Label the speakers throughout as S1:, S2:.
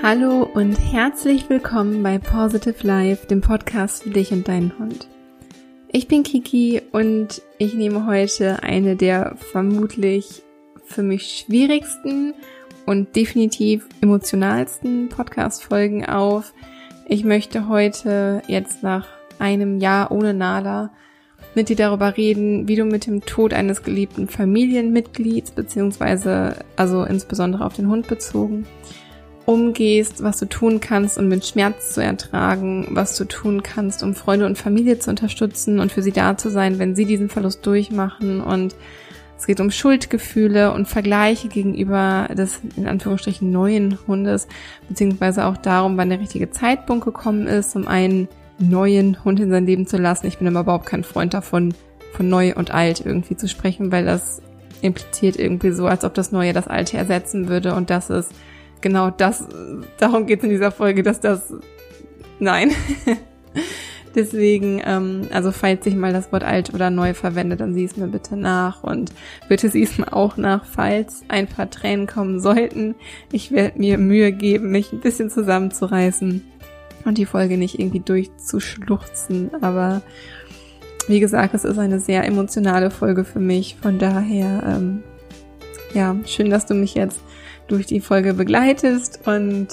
S1: Hallo und herzlich willkommen bei Positive Life, dem Podcast für dich und deinen Hund. Ich bin Kiki und ich nehme heute eine der vermutlich für mich schwierigsten und definitiv emotionalsten Podcast-Folgen auf. Ich möchte heute jetzt nach einem Jahr ohne Nala mit dir darüber reden, wie du mit dem Tod eines geliebten Familienmitglieds beziehungsweise insbesondere auf den Hund bezogen umgehst, was du tun kannst, um den Schmerz zu ertragen, was du tun kannst, um Freunde und Familie zu unterstützen und für sie da zu sein, wenn sie diesen Verlust durchmachen. Und es geht um Schuldgefühle und Vergleiche gegenüber des, in Anführungsstrichen, neuen Hundes, beziehungsweise auch darum, wann der richtige Zeitpunkt gekommen ist, um einen neuen Hund in sein Leben zu lassen. Ich bin aber überhaupt kein Freund davon, von neu und alt irgendwie zu sprechen, weil das impliziert irgendwie so, als ob das Neue das Alte ersetzen würde, und das ist genau das, darum geht es in dieser Folge, nein. Deswegen, falls ich mal das Wort alt oder neu verwende, dann sieh es mir bitte nach und bitte sieh es mir auch nach, falls ein paar Tränen kommen sollten. Ich werde mir Mühe geben, mich ein bisschen zusammenzureißen und die Folge nicht irgendwie durchzuschluchzen, aber wie gesagt, es ist eine sehr emotionale Folge für mich, von daher, schön, dass du mich jetzt durch die Folge begleitest und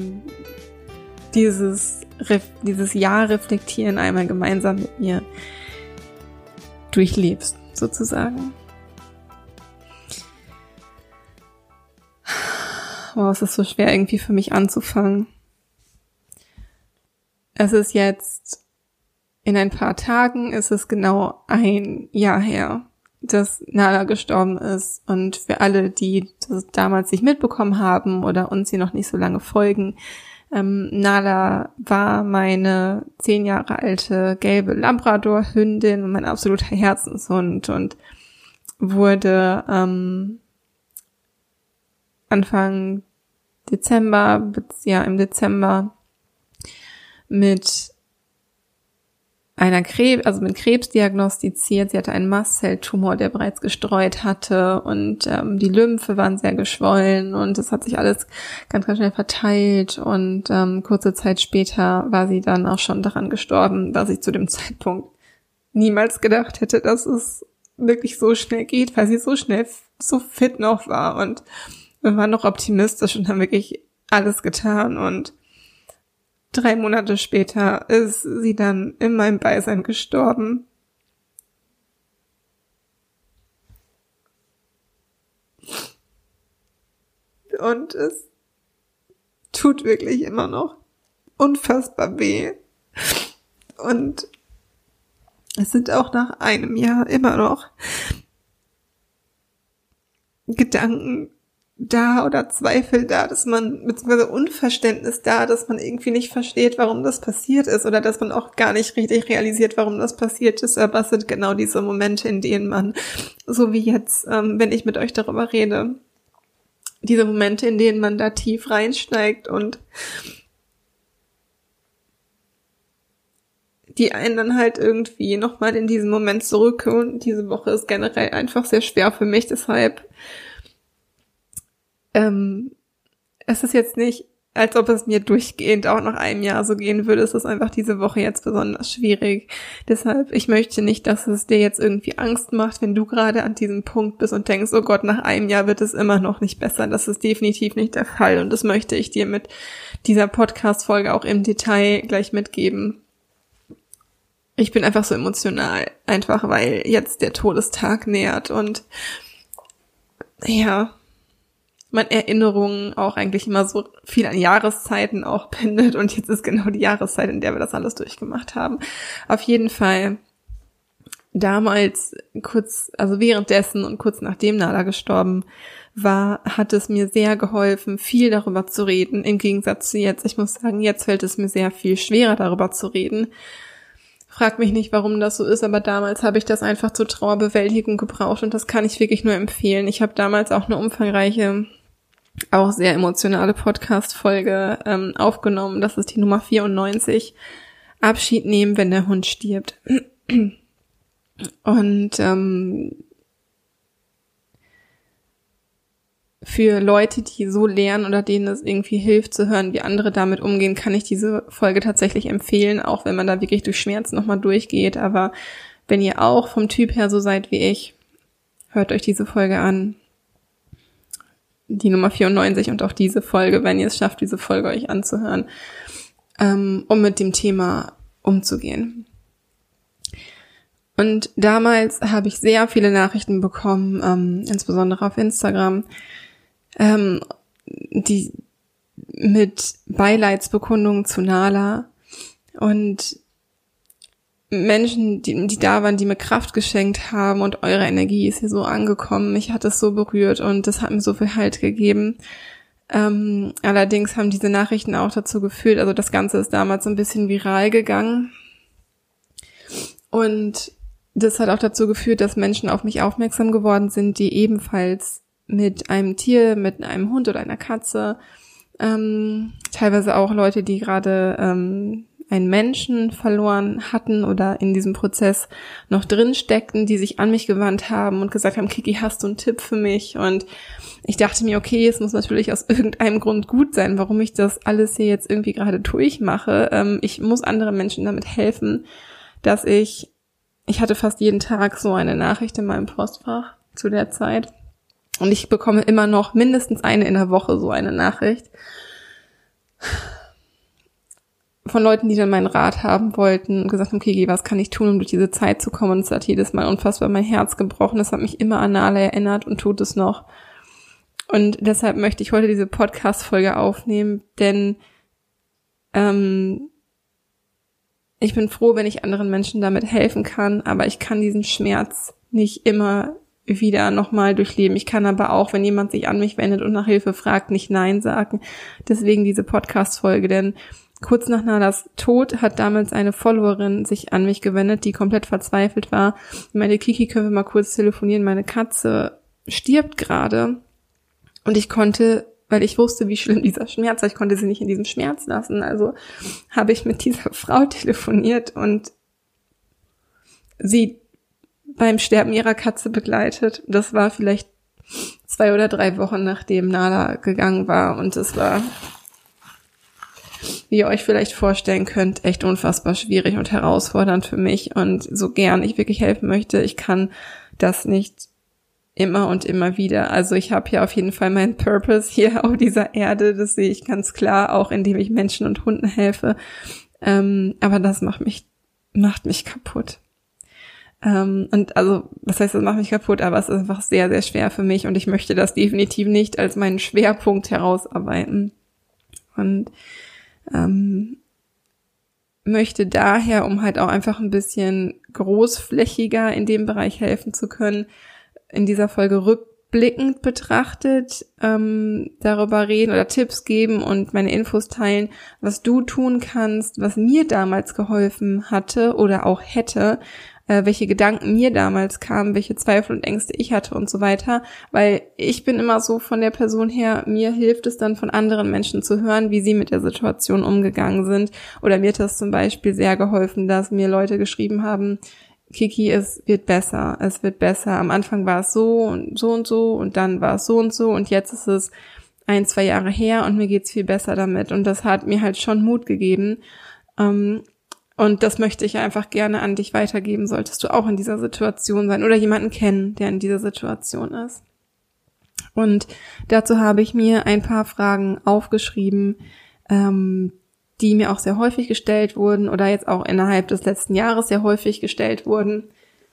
S1: dieses Jahr reflektieren einmal gemeinsam mit mir durchlebst, sozusagen. Wow, es ist so schwer irgendwie für mich anzufangen. Es ist jetzt, in ein paar Tagen ist es genau ein Jahr her, dass Nala gestorben ist, und für alle, die das damals nicht mitbekommen haben oder uns hier noch nicht so lange folgen, Nala war meine 10 Jahre alte gelbe Labrador-Hündin und mein absoluter Herzenshund und wurde Anfang Dezember, im Dezember mit mit Krebs diagnostiziert. Sie hatte einen Mastzelltumor, der bereits gestreut hatte, und die Lymphe waren sehr geschwollen und es hat sich alles ganz, ganz schnell verteilt, und kurze Zeit später war sie dann auch schon daran gestorben, was ich zu dem Zeitpunkt niemals gedacht hätte, dass es wirklich so schnell geht, weil sie so schnell so fit noch war, und wir waren noch optimistisch und haben wirklich alles getan, und 3 Monate später ist sie dann in meinem Beisein gestorben. Und es tut wirklich immer noch unfassbar weh. Und es sind auch nach einem Jahr immer noch Gedanken da oder Zweifel da, beziehungsweise Unverständnis da, dass man irgendwie nicht versteht, warum das passiert ist, oder dass man auch gar nicht richtig realisiert, warum das passiert ist. Aber es sind genau diese Momente, in denen man, so wie jetzt, wenn ich mit euch darüber rede, diese Momente, in denen man da tief reinsteigt und die einen dann halt irgendwie nochmal in diesen Moment zurückholen. Und diese Woche ist generell einfach sehr schwer für mich, deshalb es ist jetzt nicht, als ob es mir durchgehend auch nach einem Jahr so gehen würde. Es ist einfach diese Woche jetzt besonders schwierig. Deshalb, ich möchte nicht, dass es dir jetzt irgendwie Angst macht, wenn du gerade an diesem Punkt bist und denkst, oh Gott, nach einem Jahr wird es immer noch nicht besser. Das ist definitiv nicht der Fall, und das möchte ich dir mit dieser Podcast-Folge auch im Detail gleich mitgeben. Ich bin einfach so emotional, einfach weil jetzt der Todestag nähert und ja, man Erinnerungen auch eigentlich immer so viel an Jahreszeiten auch bindet, und jetzt ist genau die Jahreszeit, in der wir das alles durchgemacht haben. Auf jeden Fall damals währenddessen und kurz nachdem Nala gestorben war, hat es mir sehr geholfen, viel darüber zu reden, im Gegensatz zu jetzt. Ich muss sagen, jetzt fällt es mir sehr viel schwerer, darüber zu reden. Frag mich nicht, warum das so ist, aber damals habe ich das einfach zur Trauerbewältigung gebraucht, und das kann ich wirklich nur empfehlen. Ich habe damals auch eine umfangreiche, auch sehr emotionale Podcast-Folge aufgenommen. Das ist die Nummer 94. Abschied nehmen, wenn der Hund stirbt. Und für Leute, die so lernen oder denen es irgendwie hilft zu hören, wie andere damit umgehen, kann ich diese Folge tatsächlich empfehlen, auch wenn man da wirklich durch Schmerzen nochmal durchgeht. Aber wenn ihr auch vom Typ her so seid wie ich, hört euch diese Folge an. Die Nummer 94 und auch diese Folge, wenn ihr es schafft, diese Folge euch anzuhören, um mit dem Thema umzugehen. Und damals habe ich sehr viele Nachrichten bekommen, insbesondere auf Instagram, die mit Beileidsbekundungen zu Nala und Menschen, die da waren, die mir Kraft geschenkt haben und eure Energie ist hier so angekommen. Mich hat es so berührt und das hat mir so viel Halt gegeben. Allerdings haben diese Nachrichten auch dazu geführt, also das Ganze ist damals so ein bisschen viral gegangen und das hat auch dazu geführt, dass Menschen auf mich aufmerksam geworden sind, die ebenfalls mit einem Tier, mit einem Hund oder einer Katze, teilweise auch Leute, die gerade einen Menschen verloren hatten oder in diesem Prozess noch drin steckten, die sich an mich gewandt haben und gesagt haben, Kiki, hast du einen Tipp für mich? Und ich dachte mir, okay, es muss natürlich aus irgendeinem Grund gut sein, warum ich das alles hier jetzt irgendwie gerade durchmache. Ich muss anderen Menschen damit helfen, dass ich hatte fast jeden Tag so eine Nachricht in meinem Postfach zu der Zeit. Und ich bekomme immer noch mindestens eine in der Woche so eine Nachricht von Leuten, die dann meinen Rat haben wollten und gesagt haben, Kiki, was kann ich tun, um durch diese Zeit zu kommen? Und es hat jedes Mal unfassbar mein Herz gebrochen. Es hat mich immer an Nala erinnert und tut es noch. Und deshalb möchte ich heute diese Podcast-Folge aufnehmen, denn ich bin froh, wenn ich anderen Menschen damit helfen kann, aber ich kann diesen Schmerz nicht immer wieder nochmal durchleben. Ich kann aber auch, wenn jemand sich an mich wendet und nach Hilfe fragt, nicht Nein sagen. Deswegen diese Podcast-Folge, denn kurz nach Nalas Tod hat damals eine Followerin sich an mich gewendet, die komplett verzweifelt war. Ich meinte, Kiki, können wir mal kurz telefonieren? Meine Katze stirbt gerade. Und ich konnte, weil ich wusste, wie schlimm dieser Schmerz war, ich konnte sie nicht in diesem Schmerz lassen. Also habe ich mit dieser Frau telefoniert und sie beim Sterben ihrer Katze begleitet. Das war vielleicht 2 oder 3 Wochen, nachdem Nala gegangen war. Und es war, wie ihr euch vielleicht vorstellen könnt, echt unfassbar schwierig und herausfordernd für mich. Und so gern ich wirklich helfen möchte, ich kann das nicht immer und immer wieder. Also ich habe hier auf jeden Fall meinen Purpose hier auf dieser Erde. Das sehe ich ganz klar, auch indem ich Menschen und Hunden helfe. Aber das macht mich kaputt. Und also, das heißt, das macht mich kaputt, aber es ist einfach sehr, sehr schwer für mich und ich möchte das definitiv nicht als meinen Schwerpunkt herausarbeiten. Und möchte daher, um halt auch einfach ein bisschen großflächiger in dem Bereich helfen zu können, in dieser Folge rückblickend betrachtet darüber reden oder Tipps geben und meine Infos teilen, was du tun kannst, was mir damals geholfen hatte oder auch hätte, welche Gedanken mir damals kamen, welche Zweifel und Ängste ich hatte und so weiter, weil ich bin immer so von der Person her, mir hilft es dann von anderen Menschen zu hören, wie sie mit der Situation umgegangen sind, oder mir hat das zum Beispiel sehr geholfen, dass mir Leute geschrieben haben, Kiki, es wird besser, am Anfang war es so und dann war es so und jetzt ist es 1-2 Jahre her und mir geht's viel besser damit und das hat mir halt schon Mut gegeben, und das möchte ich einfach gerne an dich weitergeben, solltest du auch in dieser Situation sein oder jemanden kennen, der in dieser Situation ist. Und dazu habe ich mir ein paar Fragen aufgeschrieben, die mir auch sehr häufig gestellt wurden oder jetzt auch innerhalb des letzten Jahres sehr häufig gestellt wurden,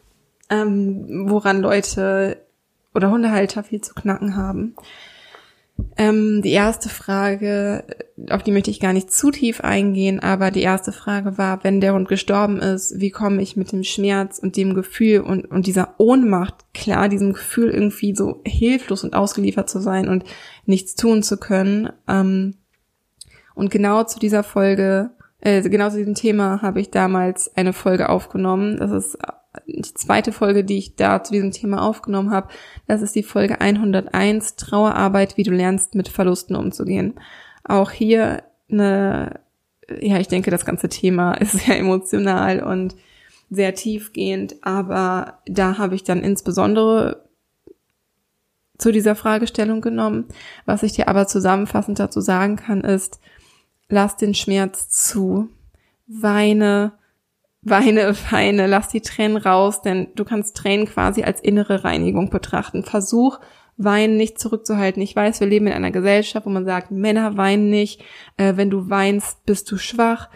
S1: woran Leute oder Hundehalter viel zu knacken haben. Die erste Frage, auf die möchte ich gar nicht zu tief eingehen, aber die erste Frage war, wenn der Hund gestorben ist, wie komme ich mit dem Schmerz und dem Gefühl und dieser Ohnmacht klar, diesem Gefühl irgendwie so hilflos und ausgeliefert zu sein und nichts tun zu können. Und genau zu dieser Folge, genau zu diesem Thema habe ich damals eine Folge aufgenommen. Das ist die zweite Folge, die ich da zu diesem Thema aufgenommen habe. Das ist die Folge 101, Trauerarbeit, wie du lernst, mit Verlusten umzugehen. Auch hier ich denke, das ganze Thema ist sehr emotional und sehr tiefgehend, aber da habe ich dann insbesondere zu dieser Fragestellung genommen. Was ich dir aber zusammenfassend dazu sagen kann, ist, lass den Schmerz zu. Weine, lass die Tränen raus, denn du kannst Tränen quasi als innere Reinigung betrachten. Versuch, Weinen nicht zurückzuhalten. Ich weiß, wir leben in einer Gesellschaft, wo man sagt, Männer weinen nicht, wenn du weinst, bist du schwach,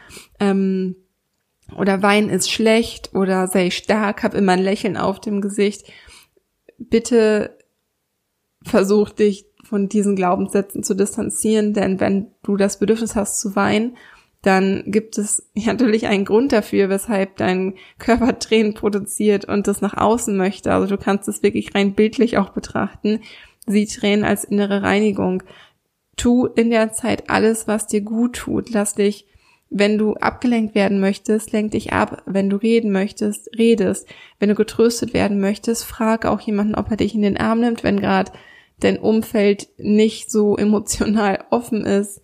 S1: oder Weinen ist schlecht, oder sei stark, hab immer ein Lächeln auf dem Gesicht. Bitte versuch dich von diesen Glaubenssätzen zu distanzieren, denn wenn du das Bedürfnis hast zu weinen, dann gibt es natürlich einen Grund dafür, weshalb dein Körper Tränen produziert und das nach außen möchte. Also du kannst es wirklich rein bildlich auch betrachten. Sieh Tränen als innere Reinigung. Tu in der Zeit alles, was dir gut tut. Lass dich, wenn du abgelenkt werden möchtest, lenk dich ab. Wenn du reden möchtest, redest. Wenn du getröstet werden möchtest, frag auch jemanden, ob er dich in den Arm nimmt, wenn gerade dein Umfeld nicht so emotional offen ist.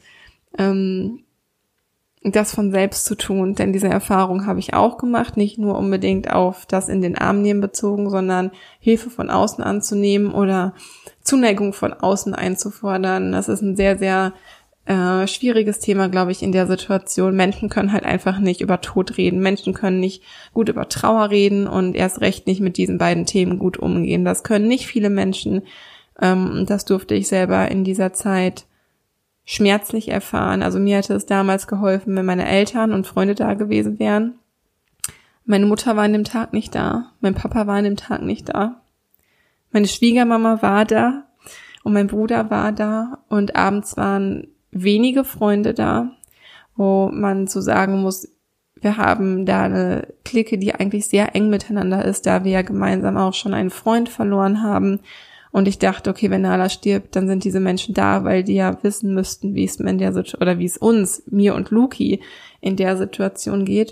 S1: Das von selbst zu tun, denn diese Erfahrung habe ich auch gemacht, nicht nur unbedingt auf das in den Arm nehmen bezogen, sondern Hilfe von außen anzunehmen oder Zuneigung von außen einzufordern. Das ist ein sehr, sehr schwieriges Thema, glaube ich, in der Situation. Menschen können halt einfach nicht über Tod reden, Menschen können nicht gut über Trauer reden und erst recht nicht mit diesen beiden Themen gut umgehen. Das können nicht viele Menschen, das durfte ich selber in dieser Zeit schmerzlich erfahren. Also mir hätte es damals geholfen, wenn meine Eltern und Freunde da gewesen wären. Meine Mutter war an dem Tag nicht da. Mein Papa war an dem Tag nicht da. Meine Schwiegermama war da und mein Bruder war da und abends waren wenige Freunde da, wo man so sagen muss, wir haben da eine Clique, die eigentlich sehr eng miteinander ist, da wir ja gemeinsam auch schon einen Freund verloren haben. Und ich dachte, okay, wenn Nala stirbt, dann sind diese Menschen da, weil die ja wissen müssten, wie es in der Situation, oder wie es uns, mir und Luki in der Situation geht.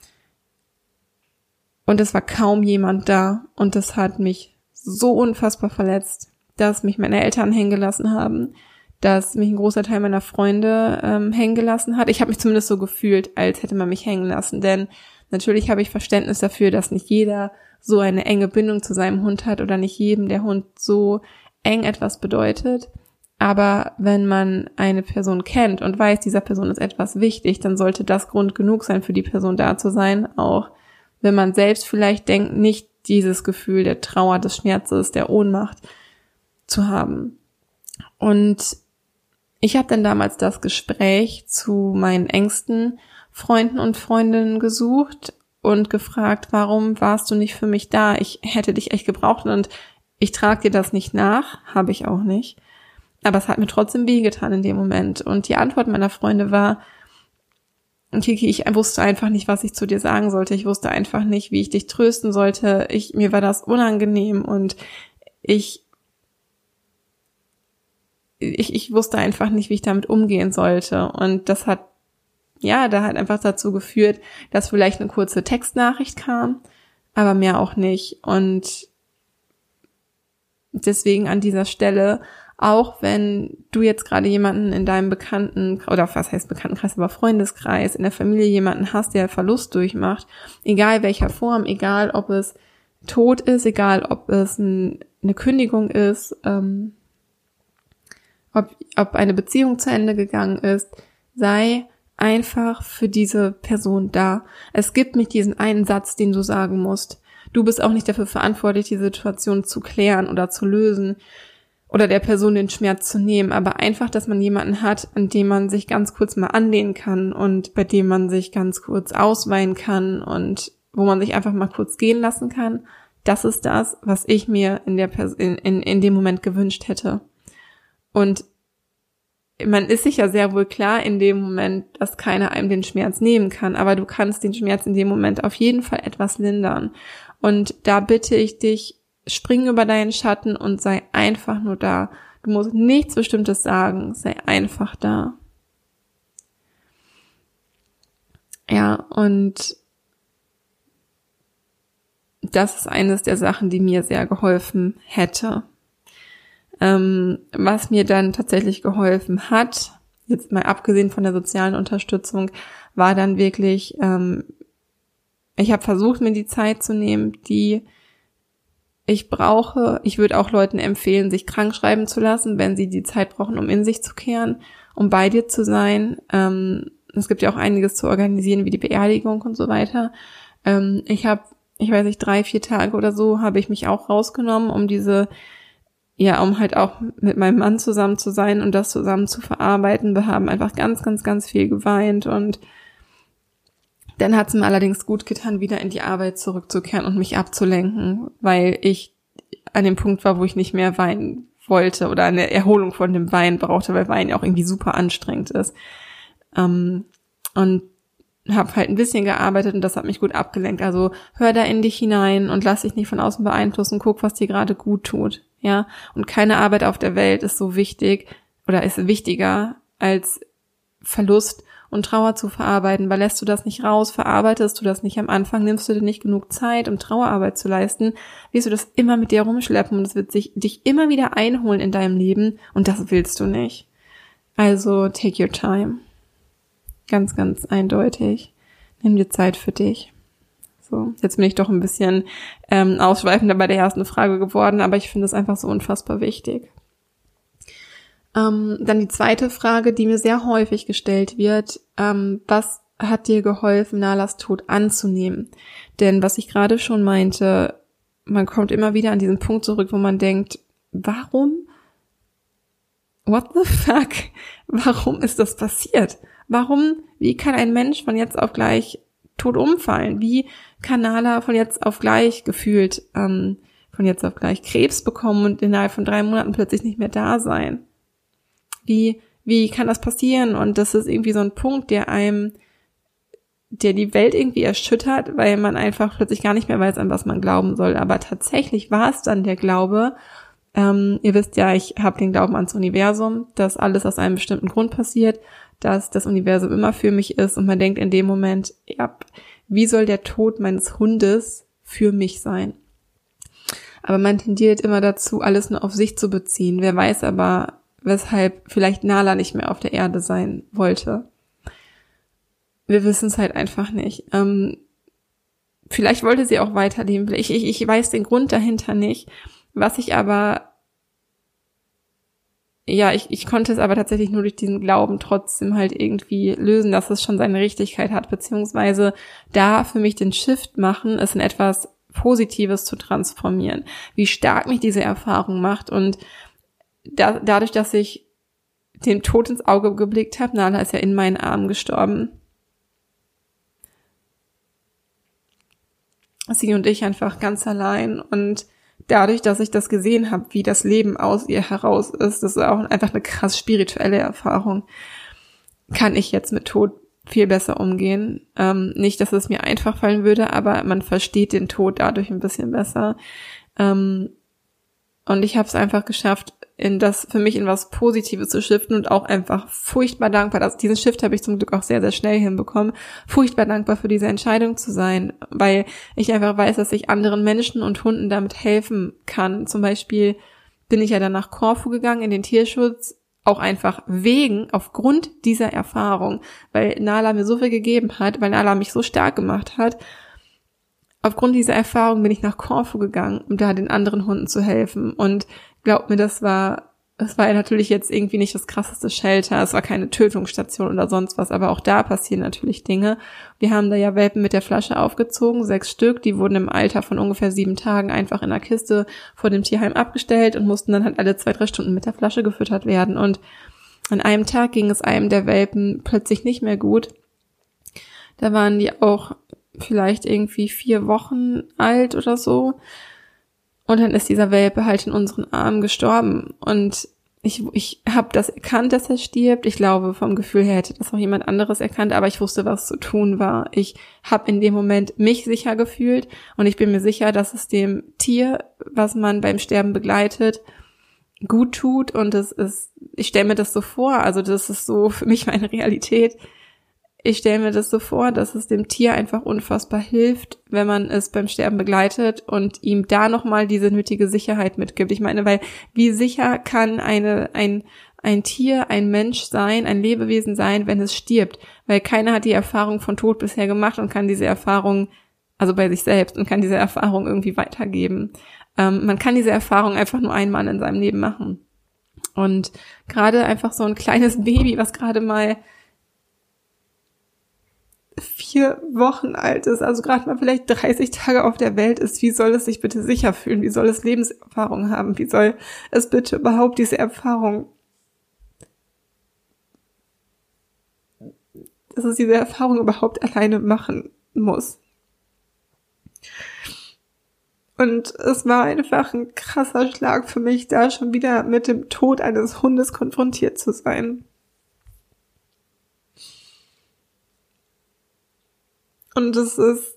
S1: Und es war kaum jemand da. Und das hat mich so unfassbar verletzt, dass mich meine Eltern hängen gelassen haben, dass mich ein großer Teil meiner Freunde hängen gelassen hat. Ich habe mich zumindest so gefühlt, als hätte man mich hängen lassen. Denn natürlich habe ich Verständnis dafür, dass nicht jeder so eine enge Bindung zu seinem Hund hat oder nicht jedem der Hund so eng etwas bedeutet. Aber wenn man eine Person kennt und weiß, dieser Person ist etwas wichtig, dann sollte das Grund genug sein, für die Person da zu sein, auch wenn man selbst vielleicht denkt, nicht dieses Gefühl der Trauer, des Schmerzes, der Ohnmacht zu haben. Und ich habe dann damals das Gespräch zu meinen engsten Freunden und Freundinnen gesucht und gefragt, warum warst du nicht für mich da? Ich hätte dich echt gebraucht und ich trage dir das nicht nach, habe ich auch nicht. Aber es hat mir trotzdem wehgetan in dem Moment. Und die Antwort meiner Freunde war, Kiki, ich wusste einfach nicht, was ich zu dir sagen sollte. Ich wusste einfach nicht, wie ich dich trösten sollte. Mir war das unangenehm und ich wusste einfach nicht, wie ich damit umgehen sollte. Und das hat da hat einfach dazu geführt, dass vielleicht eine kurze Textnachricht kam, aber mehr auch nicht. Und deswegen an dieser Stelle, auch wenn du jetzt gerade jemanden in deinem Bekanntenkreis, aber Freundeskreis, in der Familie jemanden hast, der Verlust durchmacht, egal welcher Form, egal ob es Tod ist, egal ob es eine Kündigung ist, ob eine Beziehung zu Ende gegangen ist, sei einfach für diese Person da. Es gibt nicht diesen einen Satz, den du sagen musst. Du bist auch nicht dafür verantwortlich, die Situation zu klären oder zu lösen oder der Person den Schmerz zu nehmen, aber einfach, dass man jemanden hat, an dem man sich ganz kurz mal anlehnen kann und bei dem man sich ganz kurz ausweinen kann und wo man sich einfach mal kurz gehen lassen kann. Das ist das, was ich mir in dem Moment gewünscht hätte. Und man ist sich ja sehr wohl klar in dem Moment, dass keiner einem den Schmerz nehmen kann, aber du kannst den Schmerz in dem Moment auf jeden Fall etwas lindern. Und da bitte ich dich, spring über deinen Schatten und sei einfach nur da. Du musst nichts Bestimmtes sagen, sei einfach da. Ja, und das ist eines der Sachen, die mir sehr geholfen hätte. Was mir dann tatsächlich geholfen hat, jetzt mal abgesehen von der sozialen Unterstützung, war dann wirklich, ich habe versucht, mir die Zeit zu nehmen, die ich würde auch Leuten empfehlen, sich krank schreiben zu lassen, wenn sie die Zeit brauchen, um in sich zu kehren, um bei dir zu sein. Es gibt ja auch einiges zu organisieren, wie die Beerdigung und so weiter. Ich weiß nicht, 3-4 Tage oder so habe ich mich auch rausgenommen, um halt auch mit meinem Mann zusammen zu sein und das zusammen zu verarbeiten. Wir haben einfach ganz, ganz, ganz viel geweint und dann hat es mir allerdings gut getan, wieder in die Arbeit zurückzukehren und mich abzulenken, weil ich an dem Punkt war, wo ich nicht mehr weinen wollte oder eine Erholung von dem Weinen brauchte, weil Weinen ja auch irgendwie super anstrengend ist. Und habe halt ein bisschen gearbeitet und das hat mich gut abgelenkt. Also hör da in dich hinein und lass dich nicht von außen beeinflussen, guck, was dir gerade gut tut. Ja, und keine Arbeit auf der Welt ist so wichtig oder ist wichtiger als Verlust und Trauer zu verarbeiten, weil lässt du das nicht raus, verarbeitest du das nicht am Anfang, nimmst du dir nicht genug Zeit, um Trauerarbeit zu leisten, wirst du das immer mit dir rumschleppen und es wird dich immer wieder einholen in deinem Leben und das willst du nicht. Also take your time. Ganz, ganz eindeutig. Nimm dir Zeit für dich. So, jetzt bin ich doch ein bisschen ausschweifender bei der ersten Frage geworden, aber ich finde es einfach so unfassbar wichtig. Dann die zweite Frage, die mir sehr häufig gestellt wird, was hat dir geholfen, Nalas Tod anzunehmen? Denn was ich gerade schon meinte, man kommt immer wieder an diesen Punkt zurück, wo man denkt, warum? What the fuck? Warum ist das passiert? Wie kann ein Mensch von jetzt auf gleich tot umfallen? Wie kann Nala von jetzt auf gleich gefühlt, von jetzt auf gleich Krebs bekommen und innerhalb von 3 Monaten plötzlich nicht mehr da sein? Wie kann das passieren? Und das ist irgendwie so ein Punkt, der die Welt irgendwie erschüttert, weil man einfach plötzlich gar nicht mehr weiß, an was man glauben soll. Aber tatsächlich war es dann der Glaube. Ihr wisst ja, ich habe den Glauben ans Universum, dass alles aus einem bestimmten Grund passiert, dass das Universum immer für mich ist und man denkt in dem Moment, ja, wie soll der Tod meines Hundes für mich sein? Aber man tendiert immer dazu, alles nur auf sich zu beziehen. Wer weiß aber, weshalb vielleicht Nala nicht mehr auf der Erde sein wollte. Wir wissen es halt einfach nicht. Vielleicht wollte sie auch weiterleben. Ich weiß den Grund dahinter nicht. Was ich aber, ich konnte es aber tatsächlich nur durch diesen Glauben trotzdem halt irgendwie lösen, dass es schon seine Richtigkeit hat, beziehungsweise da für mich den Shift machen, es in etwas Positives zu transformieren. Wie stark mich diese Erfahrung macht und dadurch, dass ich dem Tod ins Auge geblickt habe, Nala ist ja in meinen Armen gestorben. Sie und ich einfach ganz allein und dadurch, dass ich das gesehen habe, wie das Leben aus ihr heraus ist, das ist auch einfach eine krass spirituelle Erfahrung, kann ich jetzt mit Tod viel besser umgehen. Nicht, dass es mir einfach fallen würde, aber man versteht den Tod dadurch ein bisschen besser. Und ich habe es einfach geschafft, für mich in was Positives zu shiften und auch einfach furchtbar dankbar. Also diesen Shift habe ich zum Glück auch sehr, sehr schnell hinbekommen. Furchtbar dankbar für diese Entscheidung zu sein, weil ich einfach weiß, dass ich anderen Menschen und Hunden damit helfen kann. Zum Beispiel bin ich ja dann nach Korfu gegangen in den Tierschutz, auch einfach aufgrund dieser Erfahrung, weil Nala mir so viel gegeben hat, weil Nala mich so stark gemacht hat. Aufgrund dieser Erfahrung bin ich nach Korfu gegangen, um da den anderen Hunden zu helfen. Und glaubt mir, das war natürlich jetzt irgendwie nicht das krasseste Shelter, es war keine Tötungsstation oder sonst was, aber auch da passieren natürlich Dinge. Wir haben da ja Welpen mit der Flasche aufgezogen, 6 Stück, die wurden im Alter von ungefähr 7 Tagen einfach in einer Kiste vor dem Tierheim abgestellt und mussten dann halt alle 2-3 Stunden mit der Flasche gefüttert werden. Und an einem Tag ging es einem der Welpen plötzlich nicht mehr gut. Da waren die auch vielleicht irgendwie 4 Wochen alt oder so. Und dann ist dieser Welpe halt in unseren Armen gestorben. Und ich habe das erkannt, dass er stirbt. Ich glaube, vom Gefühl her hätte das auch jemand anderes erkannt, aber ich wusste, was zu tun war. Ich habe in dem Moment mich sicher gefühlt und ich bin mir sicher, dass es dem Tier, was man beim Sterben begleitet, gut tut. Und ich stelle mir das so vor, also das ist so für mich meine Realität. Ich stelle mir das so vor, dass es dem Tier einfach unfassbar hilft, wenn man es beim Sterben begleitet und ihm da nochmal diese nötige Sicherheit mitgibt. Ich meine, weil wie sicher kann ein Tier, ein Mensch sein, ein Lebewesen sein, wenn es stirbt? Weil keiner hat die Erfahrung von Tod bisher gemacht und kann diese Erfahrung, also bei sich selbst, und kann diese Erfahrung irgendwie weitergeben. Man kann diese Erfahrung einfach nur einmal in seinem Leben machen. Und gerade einfach so ein kleines Baby, was gerade mal 4 Wochen alt ist, also gerade mal vielleicht 30 Tage auf der Welt ist, wie soll es sich bitte sicher fühlen? Wie soll es Lebenserfahrung haben? Wie soll es bitte überhaupt diese Erfahrung, dass es diese Erfahrung überhaupt alleine machen muss? Und es war einfach ein krasser Schlag für mich, da schon wieder mit dem Tod eines Hundes konfrontiert zu sein. Und es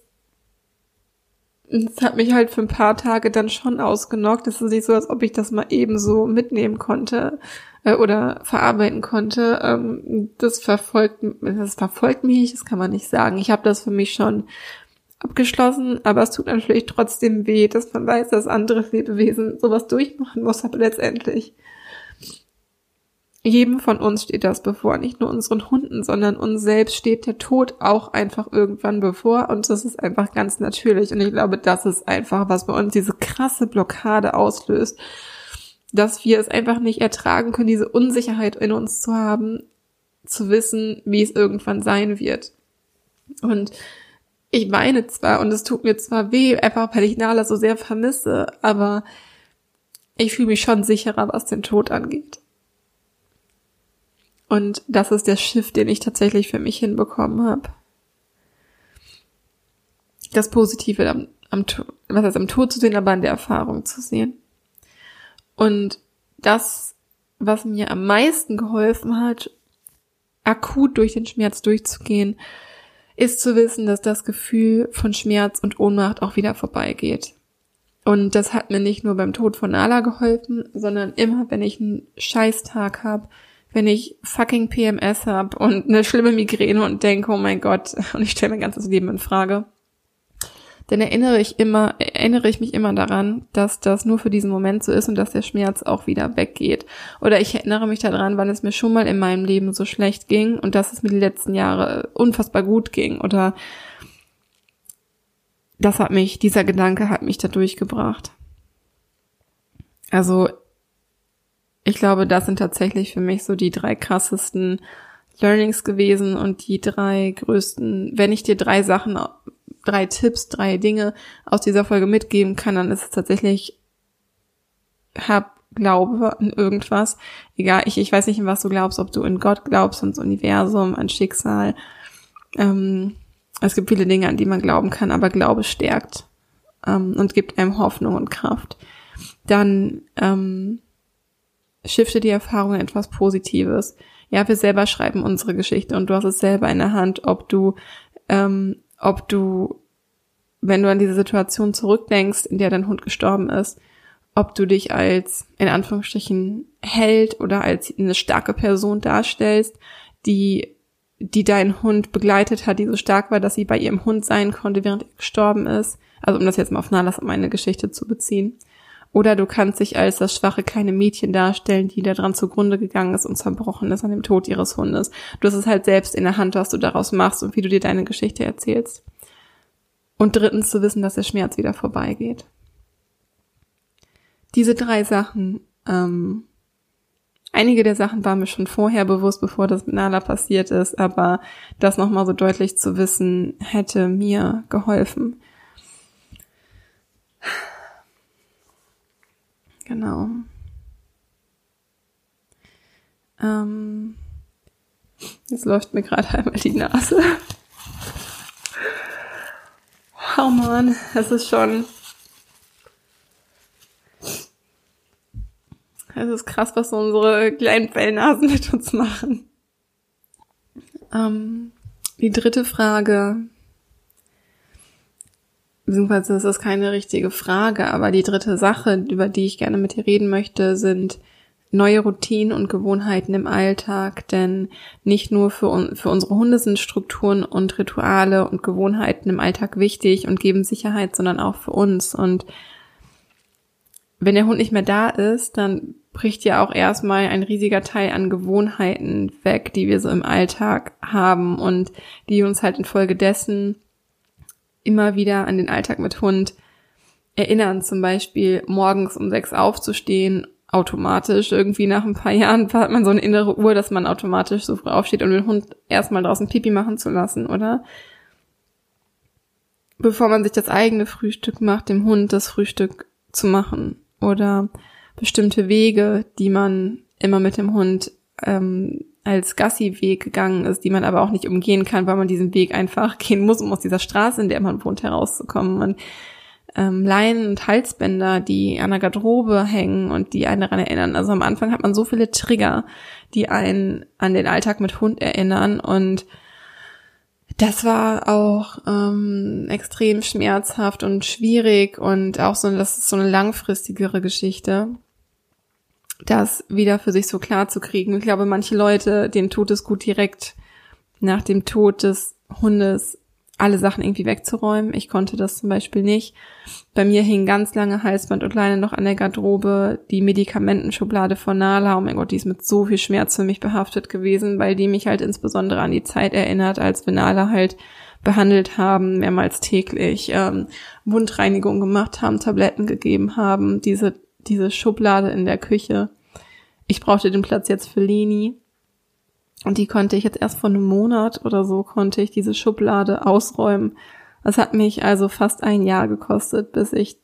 S1: hat mich halt für ein paar Tage dann schon ausgenockt. Es ist nicht so, als ob ich das mal eben so mitnehmen konnte oder verarbeiten konnte. Das verfolgt mich, das kann man nicht sagen. Ich habe das für mich schon abgeschlossen, aber es tut natürlich trotzdem weh, dass man weiß, dass andere Lebewesen sowas durchmachen muss, aber letztendlich jedem von uns steht das bevor, nicht nur unseren Hunden, sondern uns selbst steht der Tod auch einfach irgendwann bevor und das ist einfach ganz natürlich und ich glaube, das ist einfach, was bei uns diese krasse Blockade auslöst, dass wir es einfach nicht ertragen können, diese Unsicherheit in uns zu haben, zu wissen, wie es irgendwann sein wird. Und ich weine zwar und es tut mir zwar weh, einfach weil ich Nala so sehr vermisse, aber ich fühle mich schon sicherer, was den Tod angeht. Und das ist der Shift, den ich tatsächlich für mich hinbekommen habe. Das Positive am Tod zu sehen, aber an der Erfahrung zu sehen. Und das, was mir am meisten geholfen hat, akut durch den Schmerz durchzugehen, ist zu wissen, dass das Gefühl von Schmerz und Ohnmacht auch wieder vorbeigeht. Und das hat mir nicht nur beim Tod von Nala geholfen, sondern immer, wenn ich einen Scheißtag habe, wenn ich fucking PMS habe und eine schlimme Migräne und denke, oh mein Gott, und ich stelle mein ganzes Leben in Frage, dann erinnere ich mich immer daran, dass das nur für diesen Moment so ist und dass der Schmerz auch wieder weggeht. Oder ich erinnere mich daran, wann es mir schon mal in meinem Leben so schlecht ging und dass es mir die letzten Jahre unfassbar gut ging. Oder dieser Gedanke hat mich da durchgebracht. Also ich glaube, das sind tatsächlich für mich so die 3 krassesten Learnings gewesen und die 3 größten, wenn ich dir 3 Tipps, 3 Dinge aus dieser Folge mitgeben kann, dann ist es tatsächlich, Glaube an irgendwas. Egal, ich weiß nicht, in was du glaubst, ob du in Gott glaubst, ans Universum, an Schicksal. Es gibt viele Dinge, an die man glauben kann, aber Glaube stärkt und gibt einem Hoffnung und Kraft. Dann shifte die Erfahrung in etwas Positives. Ja, wir selber schreiben unsere Geschichte und du hast es selber in der Hand, ob du, wenn du an diese Situation zurückdenkst, in der dein Hund gestorben ist, ob du dich als, in Anführungsstrichen, Held oder als eine starke Person darstellst, die deinen Hund begleitet hat, die so stark war, dass sie bei ihrem Hund sein konnte, während er gestorben ist. Also um das jetzt mal auf Nalas meine Geschichte zu beziehen. Oder du kannst dich als das schwache kleine Mädchen darstellen, die daran zugrunde gegangen ist und zerbrochen ist an dem Tod ihres Hundes. Du hast es halt selbst in der Hand, was du daraus machst und wie du dir deine Geschichte erzählst. Und 3. zu wissen, dass der Schmerz wieder vorbeigeht. Diese 3 Sachen, einige der Sachen waren mir schon vorher bewusst, bevor das mit Nala passiert ist, aber das nochmal so deutlich zu wissen, hätte mir geholfen. Genau. Jetzt läuft mir gerade einmal die Nase. Oh Mann, es ist krass, was so unsere kleinen Fellnasen mit uns machen. Die 3. Frage, beziehungsweise das ist keine richtige Frage, aber die 3. Sache, über die ich gerne mit dir reden möchte, sind neue Routinen und Gewohnheiten im Alltag, denn nicht nur für unsere Hunde sind Strukturen und Rituale und Gewohnheiten im Alltag wichtig und geben Sicherheit, sondern auch für uns. Und wenn der Hund nicht mehr da ist, dann bricht ja auch erstmal ein riesiger Teil an Gewohnheiten weg, die wir so im Alltag haben und die uns halt infolgedessen immer wieder an den Alltag mit Hund erinnern, zum Beispiel morgens um 6 aufzustehen, automatisch. Irgendwie nach ein paar Jahren hat man so eine innere Uhr, dass man automatisch so früh aufsteht, um den Hund erstmal draußen Pipi machen zu lassen, oder? Bevor man sich das eigene Frühstück macht, dem Hund das Frühstück zu machen. Oder bestimmte Wege, die man immer mit dem Hund als Gassi-Weg gegangen ist, die man aber auch nicht umgehen kann, weil man diesen Weg einfach gehen muss, um aus dieser Straße, in der man wohnt, herauszukommen. Und Leinen und Halsbänder, die an der Garderobe hängen und die einen daran erinnern. Also am Anfang hat man so viele Trigger, die einen an den Alltag mit Hund erinnern, und das war auch extrem schmerzhaft und schwierig und auch so, das ist so eine langfristigere Geschichte, das wieder für sich so klar zu kriegen. Ich glaube, manche Leute, denen tut es gut, direkt nach dem Tod des Hundes alle Sachen irgendwie wegzuräumen. Ich konnte das zum Beispiel nicht. Bei mir hing ganz lange Halsband und Leine noch an der Garderobe. Die Medikamentenschublade von Nala, oh mein Gott, die ist mit so viel Schmerz für mich behaftet gewesen, weil die mich halt insbesondere an die Zeit erinnert, als wir Nala halt behandelt haben, mehrmals täglich, Wundreinigung gemacht haben, Tabletten gegeben haben, diese Schublade in der Küche. Ich brauchte den Platz jetzt für Leni. Und die konnte ich jetzt erst vor einem Monat oder so, konnte ich diese Schublade ausräumen. Das hat mich also fast ein Jahr gekostet, bis ich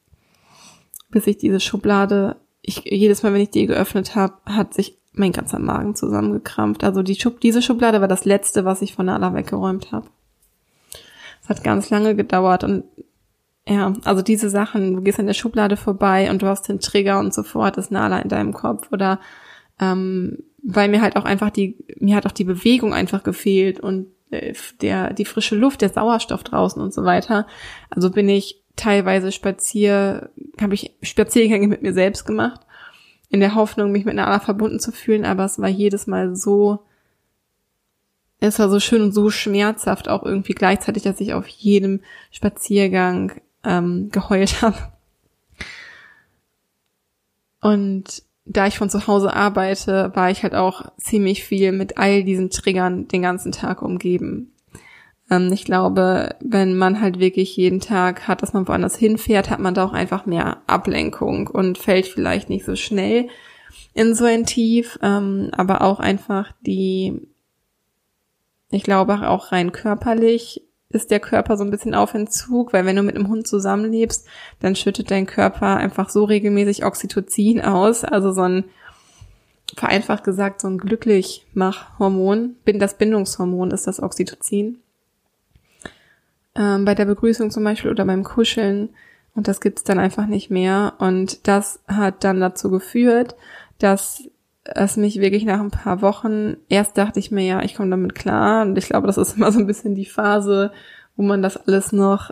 S1: diese Schublade, jedes Mal, wenn ich die geöffnet habe, hat sich mein ganzer Magen zusammengekrampft. Also diese Schublade war das Letzte, was ich von Nala weggeräumt habe. Es hat ganz lange gedauert und ja, also diese Sachen, du gehst an der Schublade vorbei und du hast den Trigger und sofort ist Nala in deinem Kopf, oder weil mir halt auch einfach die Bewegung einfach gefehlt und die frische Luft, der Sauerstoff draußen und so weiter. Also bin ich teilweise habe ich Spaziergänge mit mir selbst gemacht, in der Hoffnung, mich mit Nala verbunden zu fühlen, aber es war jedes Mal es war so schön und so schmerzhaft auch irgendwie gleichzeitig, dass ich auf jedem Spaziergang geheult habe. Und da ich von zu Hause arbeite, war ich halt auch ziemlich viel mit all diesen Triggern den ganzen Tag umgeben. Ich glaube, wenn man halt wirklich jeden Tag hat, dass man woanders hinfährt, hat man da auch einfach mehr Ablenkung und fällt vielleicht nicht so schnell in so ein Tief, aber auch einfach ich glaube auch rein körperlich ist der Körper so ein bisschen auf Entzug, weil wenn du mit einem Hund zusammenlebst, dann schüttet dein Körper einfach so regelmäßig Oxytocin aus, also so ein, vereinfacht gesagt, so ein Glücklichmachhormon. Das Bindungshormon ist das Oxytocin. Bei der Begrüßung zum Beispiel oder beim Kuscheln, und das gibt's dann einfach nicht mehr, und das hat dann dazu geführt, dass es mich wirklich nach ein paar Wochen, erst dachte ich mir, ja, ich komme damit klar, und ich glaube, das ist immer so ein bisschen die Phase, wo man das alles noch,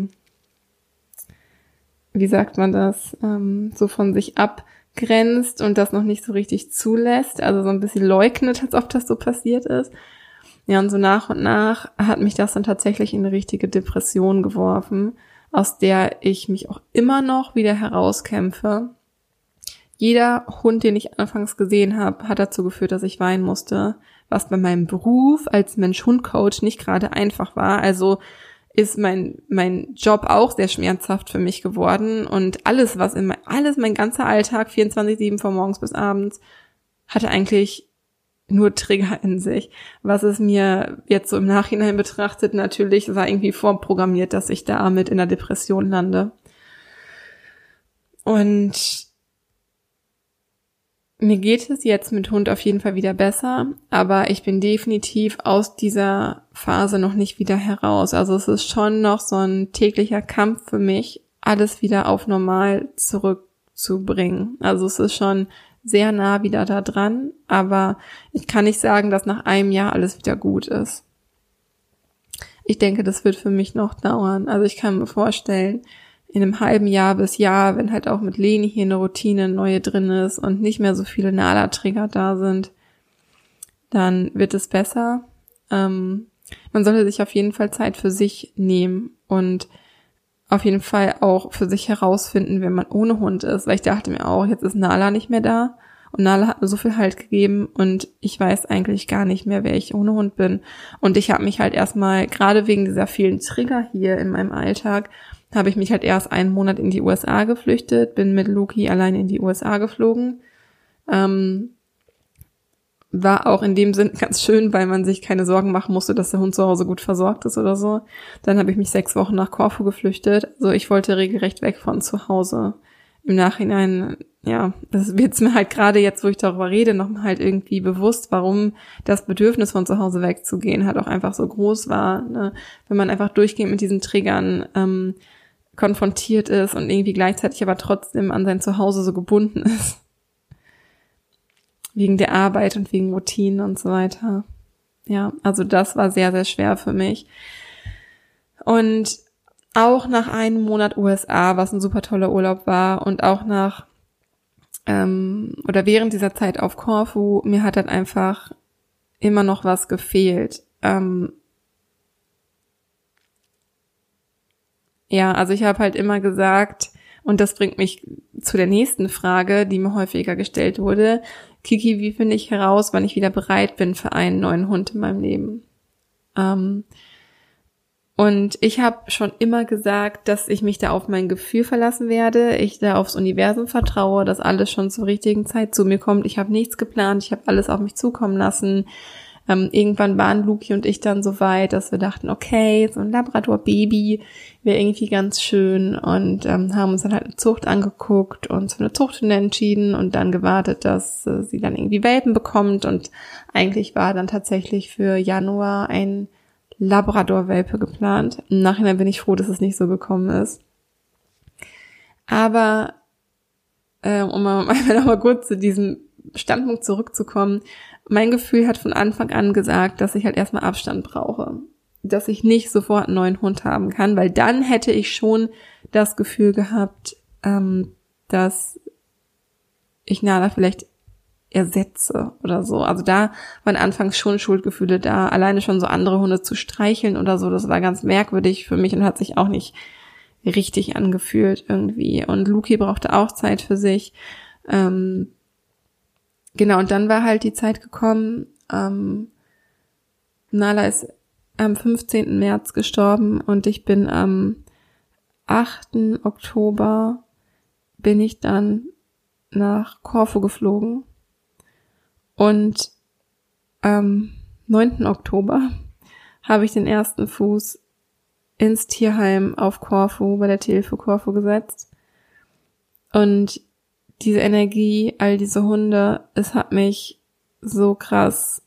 S1: wie sagt man das, so von sich abgrenzt und das noch nicht so richtig zulässt, also so ein bisschen leugnet, als ob das so passiert ist. Ja, und so nach und nach hat mich das dann tatsächlich in eine richtige Depression geworfen, aus der ich mich auch immer noch wieder herauskämpfe. Jeder Hund, den ich anfangs gesehen habe, hat dazu geführt, dass ich weinen musste, was bei meinem Beruf als Mensch-Hund-Coach nicht gerade einfach war. Also ist mein Job auch sehr schmerzhaft für mich geworden, und mein ganzer Alltag, 24/7 von morgens bis abends, hatte eigentlich nur Trigger in sich. Was es mir jetzt so im Nachhinein betrachtet, natürlich war irgendwie vorprogrammiert, dass ich damit in der Depression lande. Und mir geht es jetzt mit Hund auf jeden Fall wieder besser, aber ich bin definitiv aus dieser Phase noch nicht wieder heraus. Also es ist schon noch so ein täglicher Kampf für mich, alles wieder auf normal zurückzubringen. Also es ist schon sehr nah wieder da dran, aber ich kann nicht sagen, dass nach einem Jahr alles wieder gut ist. Ich denke, das wird für mich noch dauern. Also ich kann mir vorstellen, in einem halben Jahr bis Jahr, wenn halt auch mit Leni hier eine Routine neue drin ist und nicht mehr so viele Nala-Trigger da sind, dann wird es besser. Man sollte sich auf jeden Fall Zeit für sich nehmen und auf jeden Fall auch für sich herausfinden, wenn man ohne Hund ist, weil ich dachte mir auch, jetzt ist Nala nicht mehr da und Nala hat mir so viel Halt gegeben und ich weiß eigentlich gar nicht mehr, wer ich ohne Hund bin. Und ich habe mich halt erstmal, gerade wegen dieser vielen Trigger hier in meinem Alltag, habe ich mich halt erst einen Monat in die USA geflüchtet, bin mit Luki allein in die USA geflogen. War auch in dem Sinn ganz schön, weil man sich keine Sorgen machen musste, dass der Hund zu Hause gut versorgt ist oder so. Dann habe ich mich 6 Wochen nach Korfu geflüchtet. Also ich wollte regelrecht weg von zu Hause. Im Nachhinein, ja, das wird mir halt gerade jetzt, wo ich darüber rede, nochmal halt irgendwie bewusst, warum das Bedürfnis von zu Hause wegzugehen halt auch einfach so groß war, ne? Wenn man einfach durchgehend mit diesen Triggern konfrontiert ist und irgendwie gleichzeitig aber trotzdem an sein Zuhause so gebunden ist. Wegen der Arbeit und wegen Routinen und so weiter. Ja, also das war sehr, sehr schwer für mich. Und auch nach einem Monat USA, was ein super toller Urlaub war, und auch nach oder während dieser Zeit auf Korfu, mir hat halt einfach immer noch was gefehlt. Ja, also ich habe halt immer gesagt, und das bringt mich zu der nächsten Frage, die mir häufiger gestellt wurde: Kiki, wie finde ich heraus, wann ich wieder bereit bin für einen neuen Hund in meinem Leben? Und ich habe schon immer gesagt, dass ich mich da auf mein Gefühl verlassen werde, ich da aufs Universum vertraue, dass alles schon zur richtigen Zeit zu mir kommt. Ich habe nichts geplant, ich habe alles auf mich zukommen lassen. Irgendwann waren Luki und ich dann so weit, dass wir dachten, okay, so ein Labrador-Baby wäre irgendwie ganz schön, und haben uns dann halt eine Zucht angeguckt und für eine Zuchthündin entschieden und dann gewartet, dass sie dann irgendwie Welpen bekommt, und eigentlich war dann tatsächlich für Januar ein Labrador-Welpe geplant. Im Nachhinein bin ich froh, dass es nicht so gekommen ist. Aber um mal noch kurz zu diesem Standpunkt zurückzukommen: Mein Gefühl hat von Anfang an gesagt, dass ich halt erstmal Abstand brauche. Dass ich nicht sofort einen neuen Hund haben kann, weil dann hätte ich schon das Gefühl gehabt, dass ich Nala vielleicht ersetze oder so. Also da waren anfangs schon Schuldgefühle da. Alleine schon so andere Hunde zu streicheln oder so, das war ganz merkwürdig für mich und hat sich auch nicht richtig angefühlt irgendwie. Und Luki brauchte auch Zeit für sich. Genau, und dann war halt die Zeit gekommen, Nala ist am 15. März gestorben und ich bin am 8. Oktober bin ich dann nach Korfu geflogen, und am 9. Oktober habe ich den ersten Fuß ins Tierheim auf Korfu, bei der Tierhilfe Korfu gesetzt. Und diese Energie, all diese Hunde, es hat mich so krass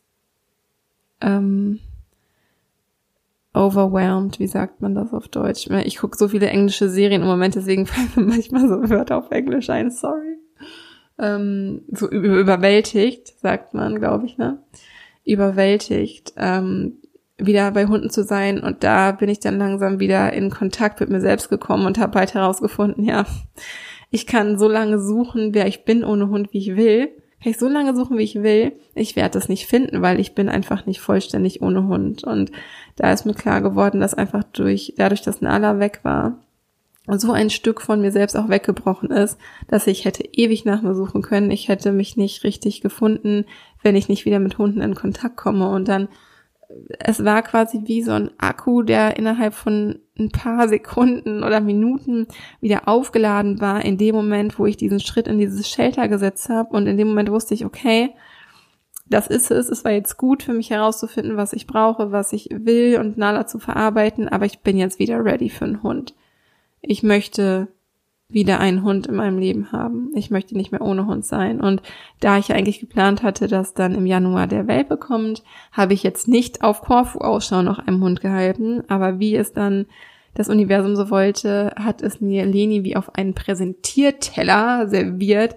S1: overwhelmed, wie sagt man das auf Deutsch? Ich gucke so viele englische Serien im Moment, deswegen fallen mir manchmal so Wörter auf Englisch ein, sorry. So überwältigt, sagt man, glaube ich, ne? Überwältigt, wieder bei Hunden zu sein, und da bin ich dann langsam wieder in Kontakt mit mir selbst gekommen und habe bald herausgefunden, ja, ich kann so lange suchen, wer ich bin ohne Hund, wie ich will. Kann ich so lange suchen, wie ich will. Ich werde das nicht finden, weil ich bin einfach nicht vollständig ohne Hund. Und da ist mir klar geworden, dass einfach dadurch, dass Nala weg war, so ein Stück von mir selbst auch weggebrochen ist, dass ich hätte ewig nach mir suchen können. Ich hätte mich nicht richtig gefunden, wenn ich nicht wieder mit Hunden in Kontakt komme. Und dann, es war quasi wie so ein Akku, der innerhalb von ein paar Sekunden oder Minuten wieder aufgeladen war, in dem Moment, wo ich diesen Schritt in dieses Shelter gesetzt habe. Und in dem Moment wusste ich, okay, das ist es. Es war jetzt gut für mich herauszufinden, was ich brauche, was ich will und Nala zu verarbeiten. Aber ich bin jetzt wieder ready für einen Hund. Ich möchte wieder einen Hund in meinem Leben haben. Ich möchte nicht mehr ohne Hund sein. Und da ich eigentlich geplant hatte, dass dann im Januar der Welpe kommt, habe ich jetzt nicht auf Korfu Ausschau nach einem Hund gehalten. Aber wie es dann das Universum so wollte, hat es mir Leni wie auf einen Präsentierteller serviert.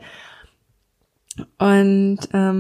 S1: Und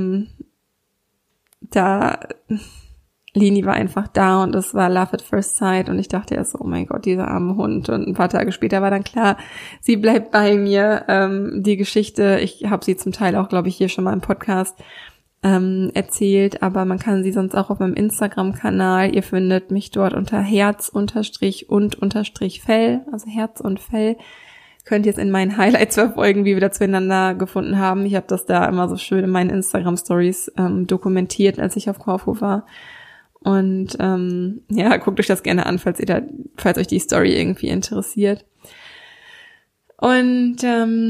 S1: Leni war einfach da, und es war Love at First Sight, und ich dachte erst so, oh mein Gott, dieser arme Hund. Und ein paar Tage später war dann klar, sie bleibt bei mir. Die Geschichte, ich habe sie zum Teil auch, glaube ich, hier schon mal im Podcast erzählt, aber man kann sie sonst auch auf meinem Instagram-Kanal, ihr findet mich dort unter Herz_und_Fell, also Herz und Fell, könnt ihr es in meinen Highlights verfolgen, wie wir da zueinander gefunden haben. Ich habe das da immer so schön in meinen Instagram-Stories dokumentiert, als ich auf Korfu war. Und guckt euch das gerne an, falls euch die Story irgendwie interessiert. Und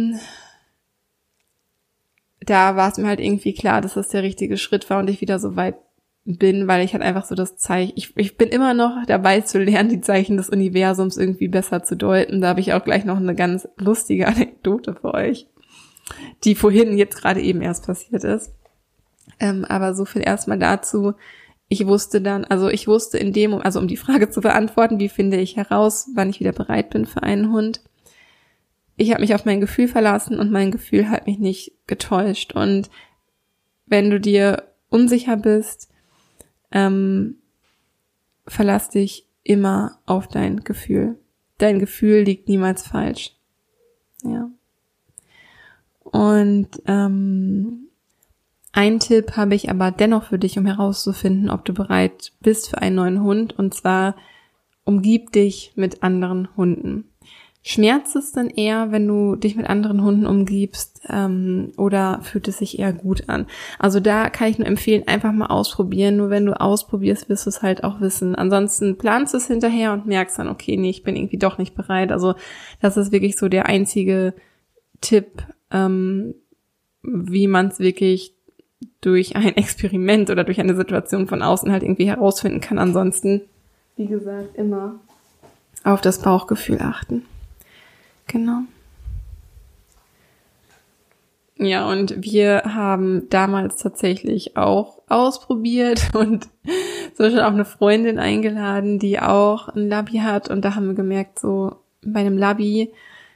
S1: da war es mir halt irgendwie klar, dass das der richtige Schritt war und ich wieder so weit bin, weil ich halt einfach so das Zeichen, ich bin immer noch dabei zu lernen, die Zeichen des Universums irgendwie besser zu deuten. Da habe ich auch gleich noch eine ganz lustige Anekdote für euch, die vorhin jetzt gerade eben erst passiert ist. Aber so viel erstmal dazu. Ich wusste um die Frage zu beantworten, wie finde ich heraus, wann ich wieder bereit bin für einen Hund. Ich habe mich auf mein Gefühl verlassen und mein Gefühl hat mich nicht getäuscht. Und wenn du dir unsicher bist, verlass dich immer auf dein Gefühl. Dein Gefühl liegt niemals falsch. Ja. Und einen Tipp habe ich aber dennoch für dich, um herauszufinden, ob du bereit bist für einen neuen Hund. Und zwar, umgib dich mit anderen Hunden. Schmerzt es denn eher, wenn du dich mit anderen Hunden umgibst, oder fühlt es sich eher gut an? Also da kann ich nur empfehlen, einfach mal ausprobieren. Nur wenn du ausprobierst, wirst du es halt auch wissen. Ansonsten planst du es hinterher und merkst dann, okay, nee, ich bin irgendwie doch nicht bereit. Also das ist wirklich so der einzige Tipp, wie man es wirklich durch ein Experiment oder durch eine Situation von außen halt irgendwie herausfinden kann. Ansonsten, wie gesagt, immer auf das Bauchgefühl achten. Genau. Ja, und wir haben damals tatsächlich auch ausprobiert und zum Beispiel auch eine Freundin eingeladen, die auch ein Labby hat. Und da haben wir gemerkt, so bei einem Labby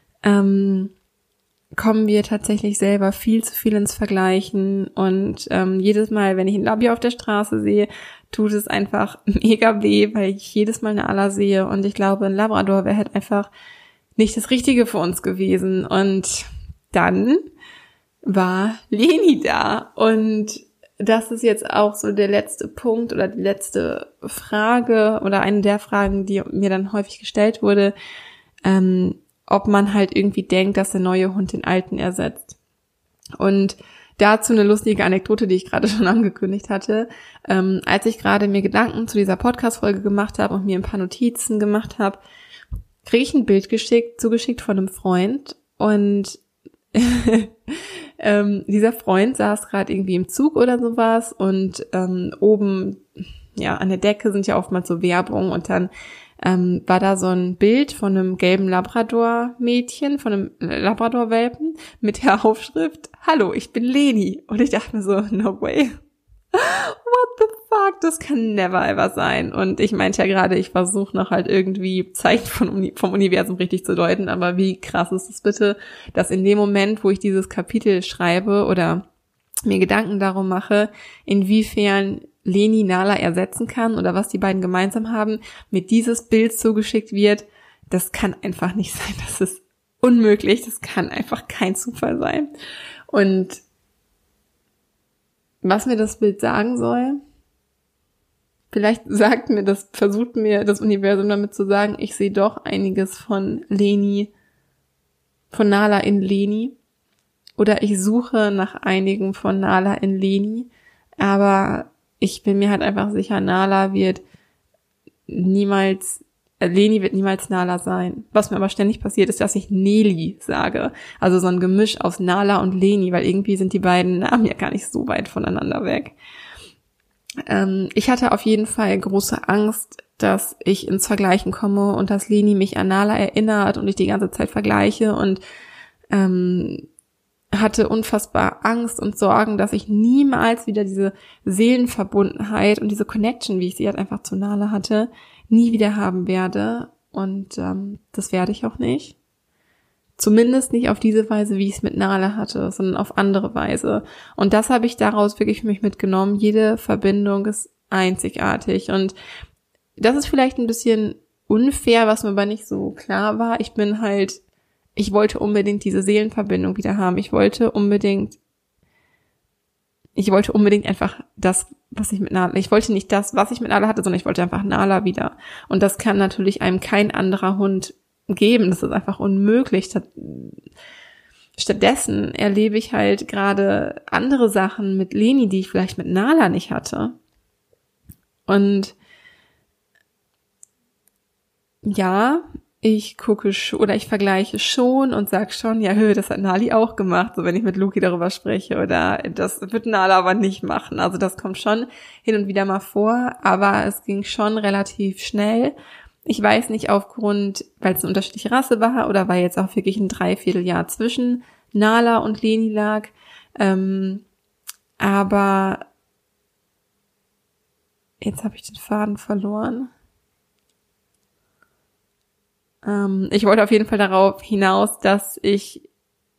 S1: kommen wir tatsächlich selber viel zu viel ins Vergleichen. Und jedes Mal, wenn ich ein Labby auf der Straße sehe, tut es einfach mega weh, weil ich jedes Mal eine Ala sehe. Und ich glaube, ein Labrador wäre halt einfach nicht das Richtige für uns gewesen. Und dann war Leni da. Und das ist jetzt auch so der letzte Punkt oder die letzte Frage oder eine der Fragen, die mir dann häufig gestellt wurde, ob man halt irgendwie denkt, dass der neue Hund den alten ersetzt. Und dazu eine lustige Anekdote, die ich gerade schon angekündigt hatte. Als ich gerade mir Gedanken zu dieser Podcast-Folge gemacht habe und mir ein paar Notizen gemacht habe, kriege ich ein Bild zugeschickt von einem Freund und dieser Freund saß gerade irgendwie im Zug oder sowas und oben, ja, an der Decke sind ja oftmals so Werbung und dann war da so ein Bild von einem gelben Labrador-Mädchen, von einem Labrador-Welpen mit der Aufschrift, Hallo, ich bin Leni. Und ich dachte mir so, no way. What the fuck? Das kann never ever sein. Und ich meinte ja gerade, ich versuche noch halt irgendwie Zeichen vom Universum richtig zu deuten, aber wie krass ist es bitte, dass in dem Moment, wo ich dieses Kapitel schreibe oder mir Gedanken darum mache, inwiefern Leni Nala ersetzen kann oder was die beiden gemeinsam haben, mir dieses Bild zugeschickt wird, das kann einfach nicht sein. Das ist unmöglich. Das kann einfach kein Zufall sein. Und was mir das Bild sagen soll, vielleicht versucht mir das Universum damit zu sagen, ich sehe doch einiges von Leni, von Nala in Leni. Oder ich suche nach einigen von Nala in Leni. Aber ich bin mir halt einfach sicher, Leni wird niemals Nala sein. Was mir aber ständig passiert, ist, dass ich Neli sage. Also so ein Gemisch aus Nala und Leni, weil irgendwie sind die beiden Namen ja gar nicht so weit voneinander weg. Ich hatte auf jeden Fall große Angst, dass ich ins Vergleichen komme und dass Leni mich an Nala erinnert und ich die ganze Zeit vergleiche und hatte unfassbar Angst und Sorgen, dass ich niemals wieder diese Seelenverbundenheit und diese Connection, wie ich sie halt einfach zu Nala hatte, nie wieder haben werde. Und das werde ich auch nicht. Zumindest nicht auf diese Weise, wie ich es mit Nala hatte, sondern auf andere Weise. Und das habe ich daraus wirklich für mich mitgenommen. Jede Verbindung ist einzigartig. Und das ist vielleicht ein bisschen unfair, was mir aber nicht so klar war. Ich wollte unbedingt diese Seelenverbindung wieder haben. Ich wollte unbedingt einfach das, was ich mit Nala, ich wollte nicht das, was ich mit Nala hatte, sondern ich wollte einfach Nala wieder. Und das kann natürlich einem kein anderer Hund geben. Das ist einfach unmöglich. Stattdessen erlebe ich halt gerade andere Sachen mit Leni, die ich vielleicht mit Nala nicht hatte. Und ja, ich gucke oder ich vergleiche schon und sag schon, ja, das hat Nali auch gemacht, so wenn ich mit Luki darüber spreche, oder das wird Nala aber nicht machen. Also das kommt schon hin und wieder mal vor, aber es ging schon relativ schnell. Ich weiß nicht aufgrund, weil es eine unterschiedliche Rasse war oder weil jetzt auch wirklich ein Dreivierteljahr zwischen Nala und Leni lag. Aber jetzt habe ich den Faden verloren. Ich wollte auf jeden Fall darauf hinaus, dass ich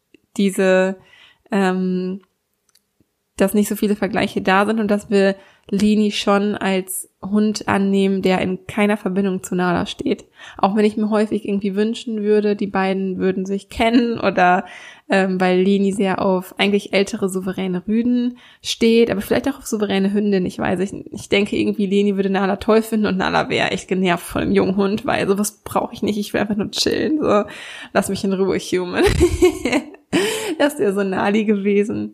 S1: dass nicht so viele Vergleiche da sind und dass wir Leni schon als Hund annehmen, der in keiner Verbindung zu Nala steht. Auch wenn ich mir häufig irgendwie wünschen würde, die beiden würden sich kennen oder weil Leni sehr auf eigentlich ältere, souveräne Rüden steht, aber vielleicht auch auf souveräne Hündin, ich weiß nicht. Ich denke irgendwie, Leni würde Nala toll finden und Nala wäre echt genervt von einem jungen Hund, weil sowas brauche ich nicht, ich will einfach nur chillen. So, lass mich in Ruhe, Human. Das wäre so Nali gewesen.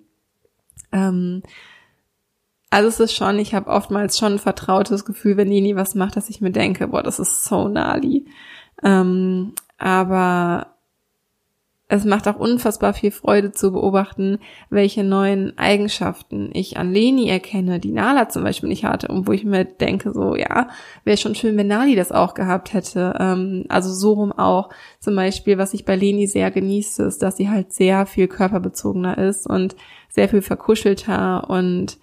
S1: Also es ist schon, ich habe oftmals schon ein vertrautes Gefühl, wenn Leni was macht, dass ich mir denke, boah, das ist so Nali. Aber es macht auch unfassbar viel Freude zu beobachten, welche neuen Eigenschaften ich an Leni erkenne, die Nala zum Beispiel nicht hatte und wo ich mir denke, so, ja, wäre schon schön, wenn Nali das auch gehabt hätte. Also so rum auch. Zum Beispiel, was ich bei Leni sehr genieße, ist, dass sie halt sehr viel körperbezogener ist und sehr viel verkuschelter und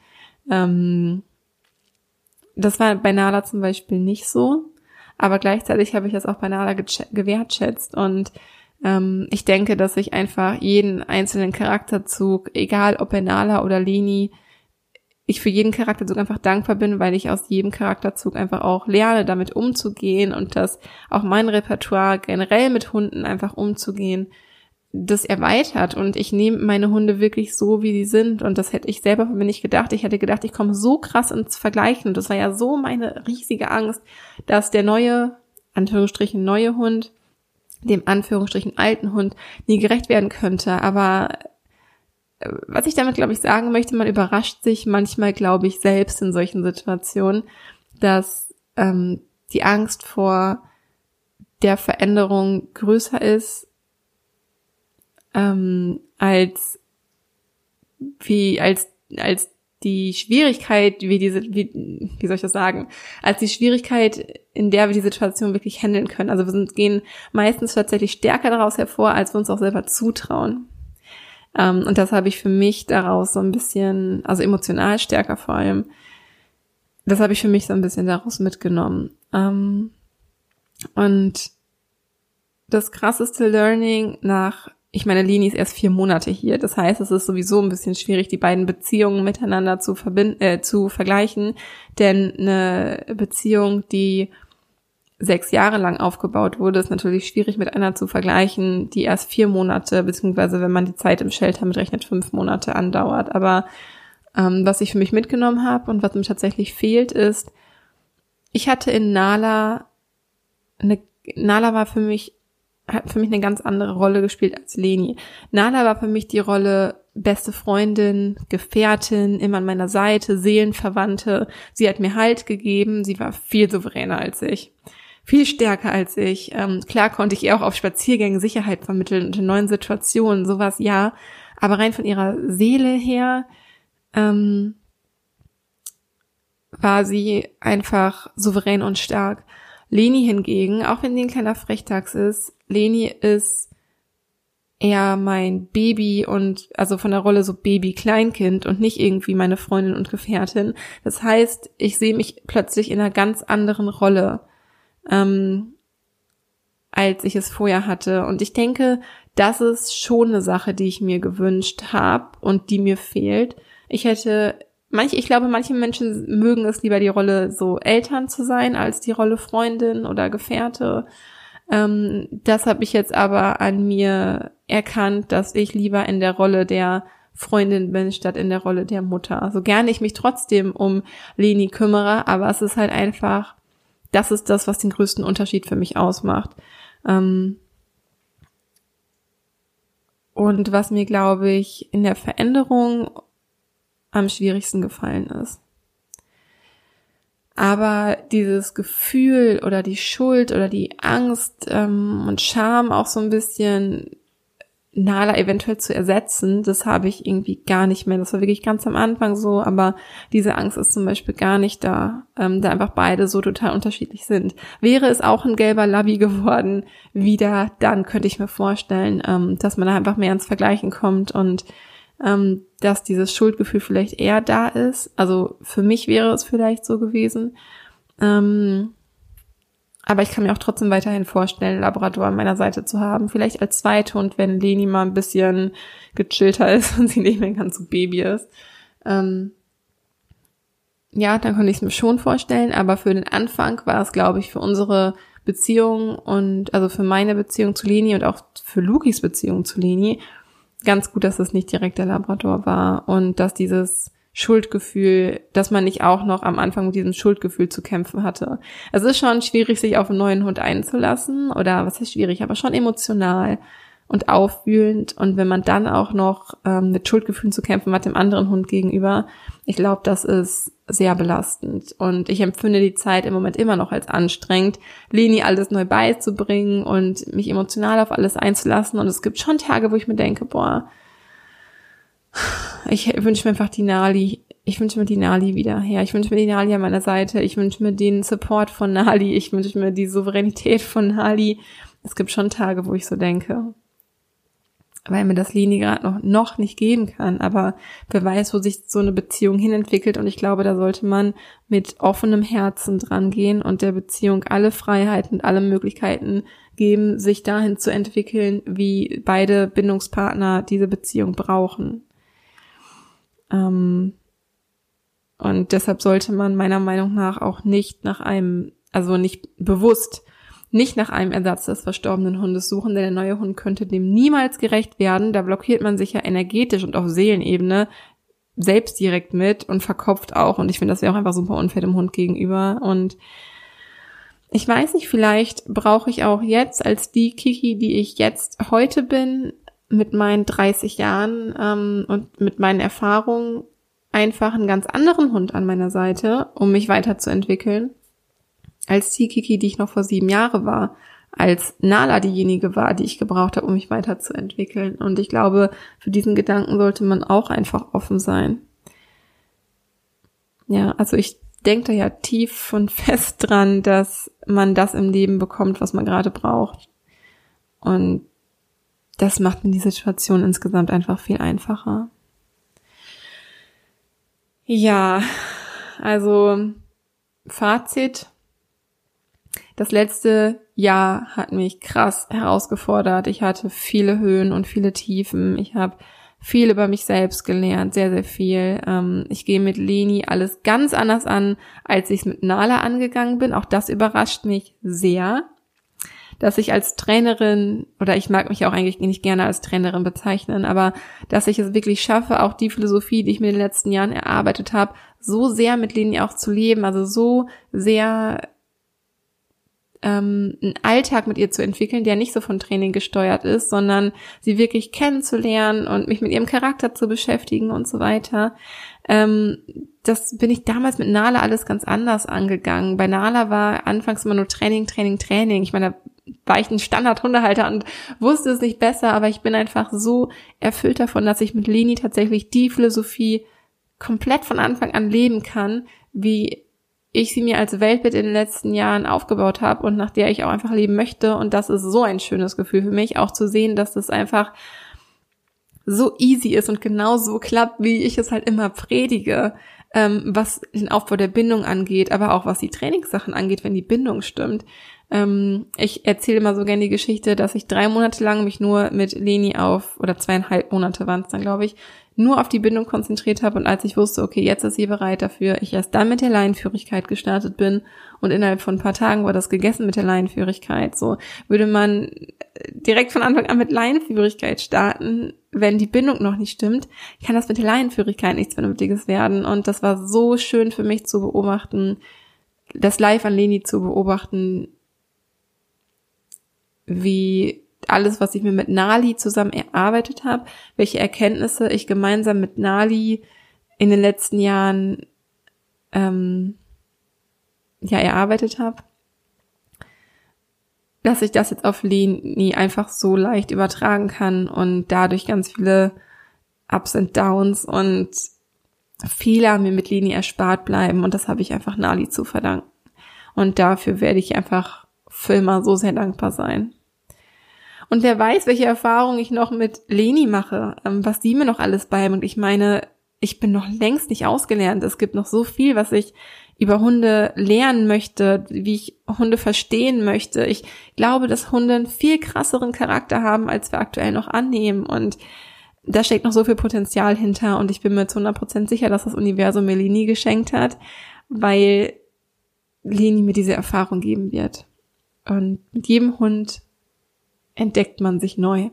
S1: das war bei Nala zum Beispiel nicht so, aber gleichzeitig habe ich das auch bei Nala gewertschätzt und ich denke, dass ich einfach jeden einzelnen Charakterzug, egal ob bei Nala oder Leni, ich für jeden Charakterzug einfach dankbar bin, weil ich aus jedem Charakterzug einfach auch lerne, damit umzugehen und dass auch mein Repertoire generell mit Hunden einfach umzugehen, das erweitert und ich nehme meine Hunde wirklich so, wie sie sind und das hätte ich selber von mir nicht gedacht. Ich hätte gedacht, ich komme so krass ins Vergleichen und das war ja so meine riesige Angst, dass der neue, Anführungsstrichen neue Hund, dem Anführungsstrichen alten Hund nie gerecht werden könnte. Aber was ich damit, glaube ich, sagen möchte, man überrascht sich manchmal, glaube ich, selbst in solchen Situationen, dass die Angst vor der Veränderung größer ist, als die Schwierigkeit, wie soll ich das sagen, als die Schwierigkeit, in der wir die Situation wirklich handeln können. Also wir gehen meistens tatsächlich stärker daraus hervor, als wir uns auch selber zutrauen. Und das habe ich für mich daraus so ein bisschen, also emotional stärker vor allem, das habe ich für mich so ein bisschen daraus mitgenommen. Und das krasseste Learning ich meine, Leni ist erst 4 Monate hier. Das heißt, es ist sowieso ein bisschen schwierig, die beiden Beziehungen miteinander zu vergleichen. Denn eine Beziehung, die 6 Jahre lang aufgebaut wurde, ist natürlich schwierig mit einer zu vergleichen, die erst 4 Monate, beziehungsweise wenn man die Zeit im Shelter mitrechnet, 5 Monate andauert. Aber was ich für mich mitgenommen habe und was mir tatsächlich fehlt, ist, ich hatte in Nala hat für mich eine ganz andere Rolle gespielt als Leni. Nala war für mich die Rolle beste Freundin, Gefährtin, immer an meiner Seite, Seelenverwandte. Sie hat mir Halt gegeben, sie war viel souveräner als ich, viel stärker als ich. Klar konnte ich ihr auch auf Spaziergängen Sicherheit vermitteln und in neuen Situationen, sowas ja, aber rein von ihrer Seele her war sie einfach souverän und stark. Leni hingegen, auch wenn sie ein kleiner Frechdachs ist, Leni ist eher mein Baby und also von der Rolle so Baby-Kleinkind und nicht irgendwie meine Freundin und Gefährtin. Das heißt, ich sehe mich plötzlich in einer ganz anderen Rolle, als ich es vorher hatte. Und ich denke, das ist schon eine Sache, die ich mir gewünscht habe und die mir fehlt. Ich glaube, manche Menschen mögen es lieber, die Rolle so Eltern zu sein, als die Rolle Freundin oder Gefährte. Das habe ich jetzt aber an mir erkannt, dass ich lieber in der Rolle der Freundin bin, statt in der Rolle der Mutter. So gerne ich mich trotzdem um Leni kümmere, aber es ist halt einfach, das ist das, was den größten Unterschied für mich ausmacht. Und was mir, glaube ich, in der Veränderung am schwierigsten gefallen ist. Aber dieses Gefühl oder die Schuld oder die Angst und Scham auch so ein bisschen Nala eventuell zu ersetzen, das habe ich irgendwie gar nicht mehr. Das war wirklich ganz am Anfang so, aber diese Angst ist zum Beispiel gar nicht da, da einfach beide so total unterschiedlich sind. Wäre es auch ein gelber Labby geworden, wieder, dann könnte ich mir vorstellen, dass man da einfach mehr ins Vergleichen kommt und dass dieses Schuldgefühl vielleicht eher da ist. Also für mich wäre es vielleicht so gewesen. Aber ich kann mir auch trotzdem weiterhin vorstellen, Labrador an meiner Seite zu haben. Vielleicht als zweite und wenn Leni mal ein bisschen gechillter ist und sie nicht mehr ganz so Baby ist. Ja, dann könnte ich es mir schon vorstellen. Aber für den Anfang war es, glaube ich, für unsere Beziehung und also für meine Beziehung zu Leni und auch für Lukis Beziehung zu Leni ganz gut, dass es nicht direkt der Labrador war und dass dieses Schuldgefühl, dass man nicht auch noch am Anfang mit diesem Schuldgefühl zu kämpfen hatte. Es ist schon schwierig, sich auf einen neuen Hund einzulassen oder was ist schwierig, aber schon emotional und aufwühlend und wenn man dann auch noch mit Schuldgefühlen zu kämpfen hat dem anderen Hund gegenüber, ich glaube, das ist sehr belastend und ich empfinde die Zeit im Moment immer noch als anstrengend, Leni alles neu beizubringen und mich emotional auf alles einzulassen und es gibt schon Tage, wo ich mir denke, boah, ich wünsche mir einfach die Nali, ich wünsche mir die Nali wieder her, ich wünsche mir die Nali an meiner Seite, ich wünsche mir den Support von Nali, ich wünsche mir die Souveränität von Nali. Es gibt schon Tage, wo ich so denke, weil mir das Leni gerade noch nicht geben kann, aber wer weiß, wo sich so eine Beziehung hinentwickelt und ich glaube, da sollte man mit offenem Herzen dran gehen und der Beziehung alle Freiheiten und alle Möglichkeiten geben, sich dahin zu entwickeln, wie beide Bindungspartner diese Beziehung brauchen. Und deshalb sollte man meiner Meinung nach auch nicht nach einem, also nicht bewusst, nicht nach einem Ersatz des verstorbenen Hundes suchen, denn der neue Hund könnte dem niemals gerecht werden. Da blockiert man sich ja energetisch und auf Seelenebene selbst direkt mit und verkopft auch. Und ich finde, das wäre auch einfach super unfair dem Hund gegenüber. Und ich weiß nicht, vielleicht brauche ich auch jetzt als die Kiki, die ich jetzt heute bin, mit meinen 30 Jahren und mit meinen Erfahrungen einfach einen ganz anderen Hund an meiner Seite, um mich weiterzuentwickeln, als die Kiki, die ich noch vor 7 Jahren war, als Nala diejenige war, die ich gebraucht habe, um mich weiterzuentwickeln. Und ich glaube, für diesen Gedanken sollte man auch einfach offen sein. Ja, also ich denke da ja tief und fest dran, dass man das im Leben bekommt, was man gerade braucht. Und das macht mir die Situation insgesamt einfach viel einfacher. Ja, also Fazit. Das letzte Jahr hat mich krass herausgefordert. Ich hatte viele Höhen und viele Tiefen. Ich habe viel über mich selbst gelernt, sehr, sehr viel. Ich gehe mit Leni alles ganz anders an, als ich es mit Nala angegangen bin. Auch das überrascht mich sehr, dass ich als Trainerin, oder ich mag mich auch eigentlich nicht gerne als Trainerin bezeichnen, aber dass ich es wirklich schaffe, auch die Philosophie, die ich mir in den letzten Jahren erarbeitet habe, so sehr mit Leni auch zu leben, also so sehr einen Alltag mit ihr zu entwickeln, der nicht so von Training gesteuert ist, sondern sie wirklich kennenzulernen und mich mit ihrem Charakter zu beschäftigen und so weiter. Das bin ich damals mit Nala alles ganz anders angegangen. Bei Nala war anfangs immer nur Training. Ich meine, da war ich ein Standard-Hundehalter und wusste es nicht besser, aber ich bin einfach so erfüllt davon, dass ich mit Leni tatsächlich die Philosophie komplett von Anfang an leben kann, wie ich sie mir als Weltbild in den letzten Jahren aufgebaut habe und nach der ich auch einfach leben möchte. Und das ist so ein schönes Gefühl für mich, auch zu sehen, dass das einfach so easy ist und genau so klappt, wie ich es halt immer predige, was den Aufbau der Bindung angeht, aber auch was die Trainingssachen angeht, wenn die Bindung stimmt. Ich erzähle immer so gerne die Geschichte, dass ich 3 Monate lang mich nur mit Leni oder 2,5 Monate waren es dann, glaube ich, nur auf die Bindung konzentriert habe und als ich wusste, okay, jetzt ist sie bereit dafür, ich erst dann mit der Leinenführigkeit gestartet bin und innerhalb von ein paar Tagen war das gegessen mit der Leinenführigkeit. So würde man direkt von Anfang an mit Leinenführigkeit starten, wenn die Bindung noch nicht stimmt, kann das mit der Leinenführigkeit nichts Vernünftiges werden und das war so schön für mich zu beobachten, das live an Leni zu beobachten, wie alles, was ich mir mit Nali zusammen erarbeitet habe, welche Erkenntnisse ich gemeinsam mit Nali in den letzten Jahren erarbeitet habe, dass ich das jetzt auf Leni einfach so leicht übertragen kann und dadurch ganz viele Ups und Downs und Fehler mir mit Leni erspart bleiben, und das habe ich einfach Nali zu verdanken. Und dafür werde ich einfach für immer so sehr dankbar sein. Und wer weiß, welche Erfahrungen ich noch mit Leni mache, was die mir noch alles beibringt. Ich meine, ich bin noch längst nicht ausgelernt. Es gibt noch so viel, was ich über Hunde lernen möchte, wie ich Hunde verstehen möchte. Ich glaube, dass Hunde einen viel krasseren Charakter haben, als wir aktuell noch annehmen. Und da steckt noch so viel Potenzial hinter. Und ich bin mir zu 100% sicher, dass das Universum mir Leni geschenkt hat, weil Leni mir diese Erfahrung geben wird. Und mit jedem Hund entdeckt man sich neu.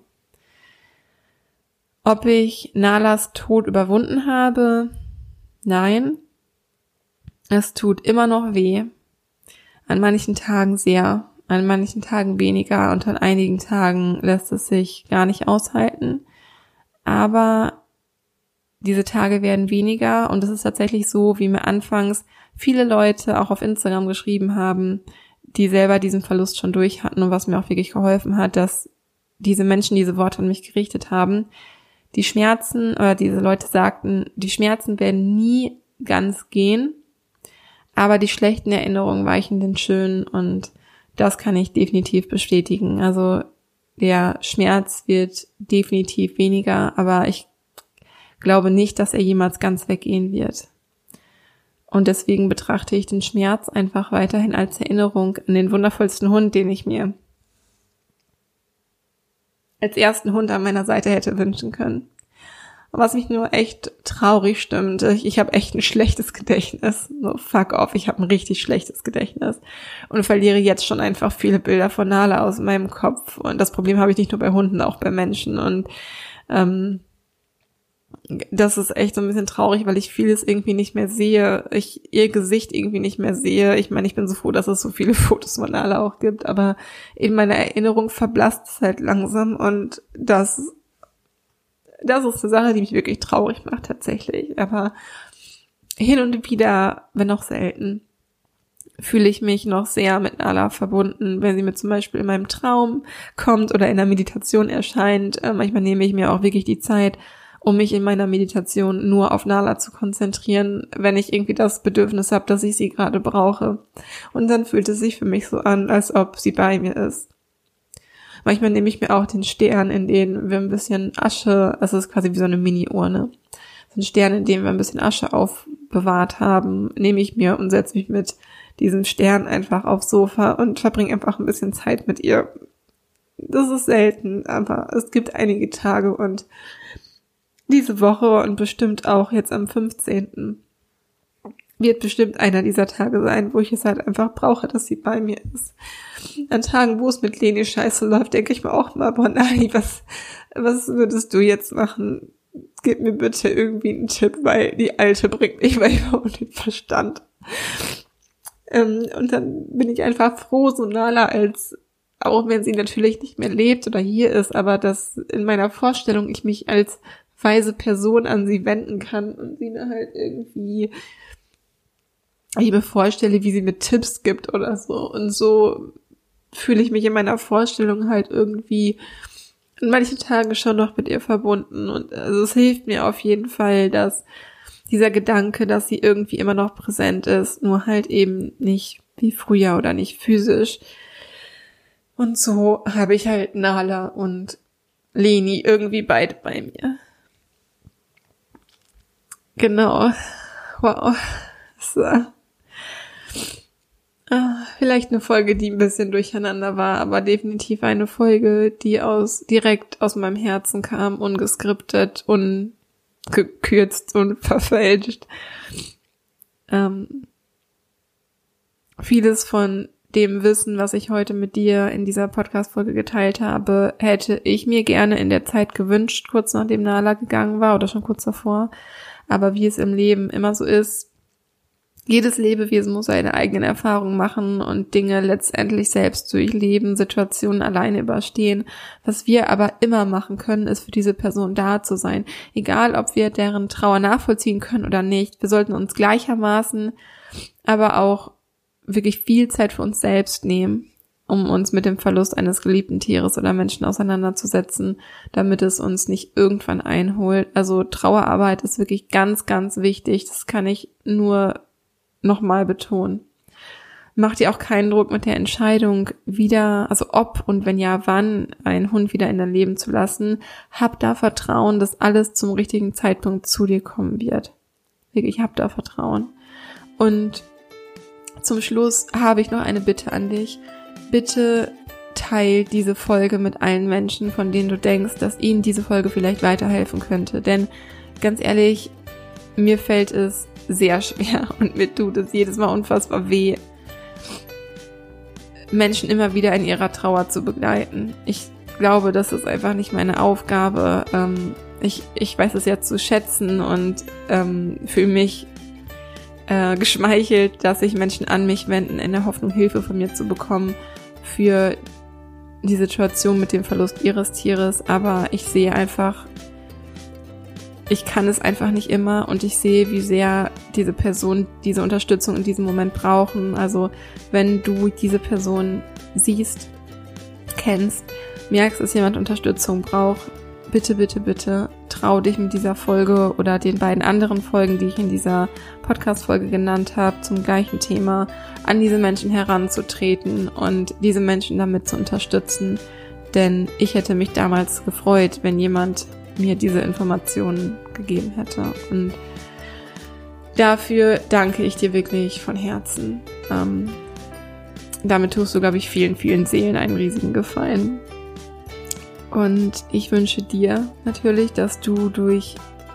S1: Ob ich Nalas Tod überwunden habe? Nein. Es tut immer noch weh. An manchen Tagen sehr, an manchen Tagen weniger und an einigen Tagen lässt es sich gar nicht aushalten. Aber diese Tage werden weniger, und es ist tatsächlich so, wie mir anfangs viele Leute auch auf Instagram geschrieben haben, die selber diesen Verlust schon durch hatten, und was mir auch wirklich geholfen hat, dass diese Menschen diese Worte an mich gerichtet haben. Die Schmerzen, oder diese Leute sagten, die Schmerzen werden nie ganz gehen, aber die schlechten Erinnerungen weichen den schönen, und das kann ich definitiv bestätigen. Also der Schmerz wird definitiv weniger, aber ich glaube nicht, dass er jemals ganz weggehen wird. Und deswegen betrachte ich den Schmerz einfach weiterhin als Erinnerung an den wundervollsten Hund, den ich mir als ersten Hund an meiner Seite hätte wünschen können. Was mich nur echt traurig stimmt, ich habe echt ein schlechtes Gedächtnis. So, fuck off, ich habe ein richtig schlechtes Gedächtnis. Und verliere jetzt schon einfach viele Bilder von Nala aus meinem Kopf. Und das Problem habe ich nicht nur bei Hunden, auch bei Menschen. Und das ist echt so ein bisschen traurig, weil ich vieles irgendwie nicht mehr sehe. Ich ihr Gesicht irgendwie nicht mehr sehe. Ich meine, ich bin so froh, dass es so viele Fotos von Nala auch gibt, aber in meiner Erinnerung verblasst es halt langsam, und das ist eine Sache, die mich wirklich traurig macht tatsächlich. Aber hin und wieder, wenn auch selten, fühle ich mich noch sehr mit Nala verbunden, wenn sie mir zum Beispiel in meinem Traum kommt oder in der Meditation erscheint. Manchmal nehme ich mir auch wirklich die Zeit, um mich in meiner Meditation nur auf Nala zu konzentrieren, wenn ich irgendwie das Bedürfnis habe, dass ich sie gerade brauche. Und dann fühlt es sich für mich so an, als ob sie bei mir ist. Manchmal nehme ich mir auch den Stern, in den wir ein bisschen Asche, es ist quasi wie so eine Mini-Urne, so ein Stern, in dem wir ein bisschen Asche aufbewahrt haben, nehme ich mir und setze mich mit diesem Stern einfach aufs Sofa und verbringe einfach ein bisschen Zeit mit ihr. Das ist selten, aber es gibt einige Tage, und diese Woche und bestimmt auch jetzt am 15. wird bestimmt einer dieser Tage sein, wo ich es halt einfach brauche, dass sie bei mir ist. An Tagen, wo es mit Leni scheiße läuft, denke ich mir auch mal, boah, Nali, was würdest du jetzt machen? Gib mir bitte irgendwie einen Tipp, weil die Alte bringt mich mal überhaupt den Verstand. Und dann bin ich einfach froh, so Nala als, auch wenn sie natürlich nicht mehr lebt oder hier ist, aber dass in meiner Vorstellung ich mich als weise Person an sie wenden kann und sie mir halt irgendwie, ich mir vorstelle, wie sie mir Tipps gibt oder so. Und so fühle ich mich in meiner Vorstellung halt irgendwie an manchen Tagen schon noch mit ihr verbunden. Und also es hilft mir auf jeden Fall, dass dieser Gedanke, dass sie irgendwie immer noch präsent ist, nur halt eben nicht wie früher oder nicht physisch. Und so habe ich halt Nala und Leni irgendwie beide bei mir. Genau. Wow. So. Vielleicht eine Folge, die ein bisschen durcheinander war, aber definitiv eine Folge, die direkt aus meinem Herzen kam, ungeskriptet, ungekürzt und verfälscht. Vieles von dem Wissen, was ich heute mit dir in dieser Podcast-Folge geteilt habe, hätte ich mir gerne in der Zeit gewünscht, kurz nachdem Nala gegangen war oder schon kurz davor. Aber wie es im Leben immer so ist, jedes Lebewesen muss seine eigenen Erfahrungen machen und Dinge letztendlich selbst durchleben, Situationen alleine überstehen. Was wir aber immer machen können, ist für diese Person da zu sein. Egal, ob wir deren Trauer nachvollziehen können oder nicht. Wir sollten uns gleichermaßen, aber auch wirklich viel Zeit für uns selbst nehmen, um uns mit dem Verlust eines geliebten Tieres oder Menschen auseinanderzusetzen, damit es uns nicht irgendwann einholt. Also Trauerarbeit ist wirklich ganz, ganz wichtig. Das kann ich nur nochmal betonen. Mach dir auch keinen Druck mit der Entscheidung wieder, also ob und wenn ja, wann einen Hund wieder in dein Leben zu lassen. Hab da Vertrauen, dass alles zum richtigen Zeitpunkt zu dir kommen wird. Wirklich, hab da Vertrauen. Und zum Schluss habe ich noch eine Bitte an dich. Bitte teil diese Folge mit allen Menschen, von denen du denkst, dass ihnen diese Folge vielleicht weiterhelfen könnte. Denn ganz ehrlich, mir fällt es sehr schwer und mir tut es jedes Mal unfassbar weh, Menschen immer wieder in ihrer Trauer zu begleiten. Ich glaube, das ist einfach nicht meine Aufgabe. Ich weiß es ja zu schätzen und fühle mich geschmeichelt, dass sich Menschen an mich wenden, in der Hoffnung, Hilfe von mir zu bekommen für die Situation mit dem Verlust ihres Tieres. Aber ich sehe einfach, ich kann es einfach nicht immer und ich sehe, wie sehr diese Person diese Unterstützung in diesem Moment brauchen. Also wenn du diese Person siehst, kennst, merkst, dass jemand Unterstützung braucht, bitte, bitte, bitte trau dich mit dieser Folge oder den beiden anderen Folgen, die ich in dieser Podcast-Folge genannt habe, zum gleichen Thema an diese Menschen heranzutreten und diese Menschen damit zu unterstützen. Denn ich hätte mich damals gefreut, wenn jemand mir diese Informationen gegeben hätte. Und dafür danke ich dir wirklich von Herzen. Damit tust du, glaube ich, vielen, vielen Seelen einen riesigen Gefallen. Und ich wünsche dir natürlich, dass du durch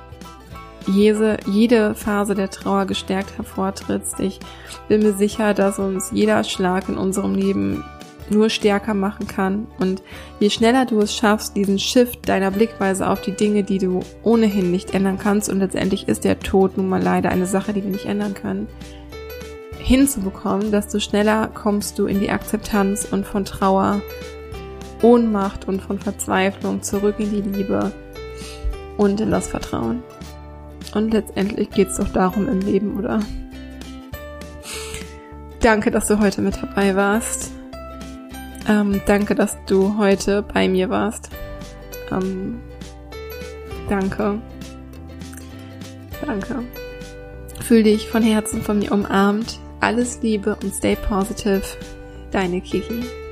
S1: jede Phase der Trauer gestärkt hervortrittst. Ich bin mir sicher, dass uns jeder Schlag in unserem Leben nur stärker machen kann. Und je schneller du es schaffst, diesen Shift deiner Blickweise auf die Dinge, die du ohnehin nicht ändern kannst, und letztendlich ist der Tod nun mal leider eine Sache, die wir nicht ändern können, hinzubekommen, desto schneller kommst du in die Akzeptanz und von Trauer, Ohnmacht und von Verzweiflung zurück in die Liebe und in das Vertrauen. Und letztendlich geht es doch darum im Leben, oder? Danke, dass du heute mit dabei warst. Danke, dass du heute bei mir warst. Danke. Fühl dich von Herzen von mir umarmt. Alles Liebe und stay positive. Deine Kiki.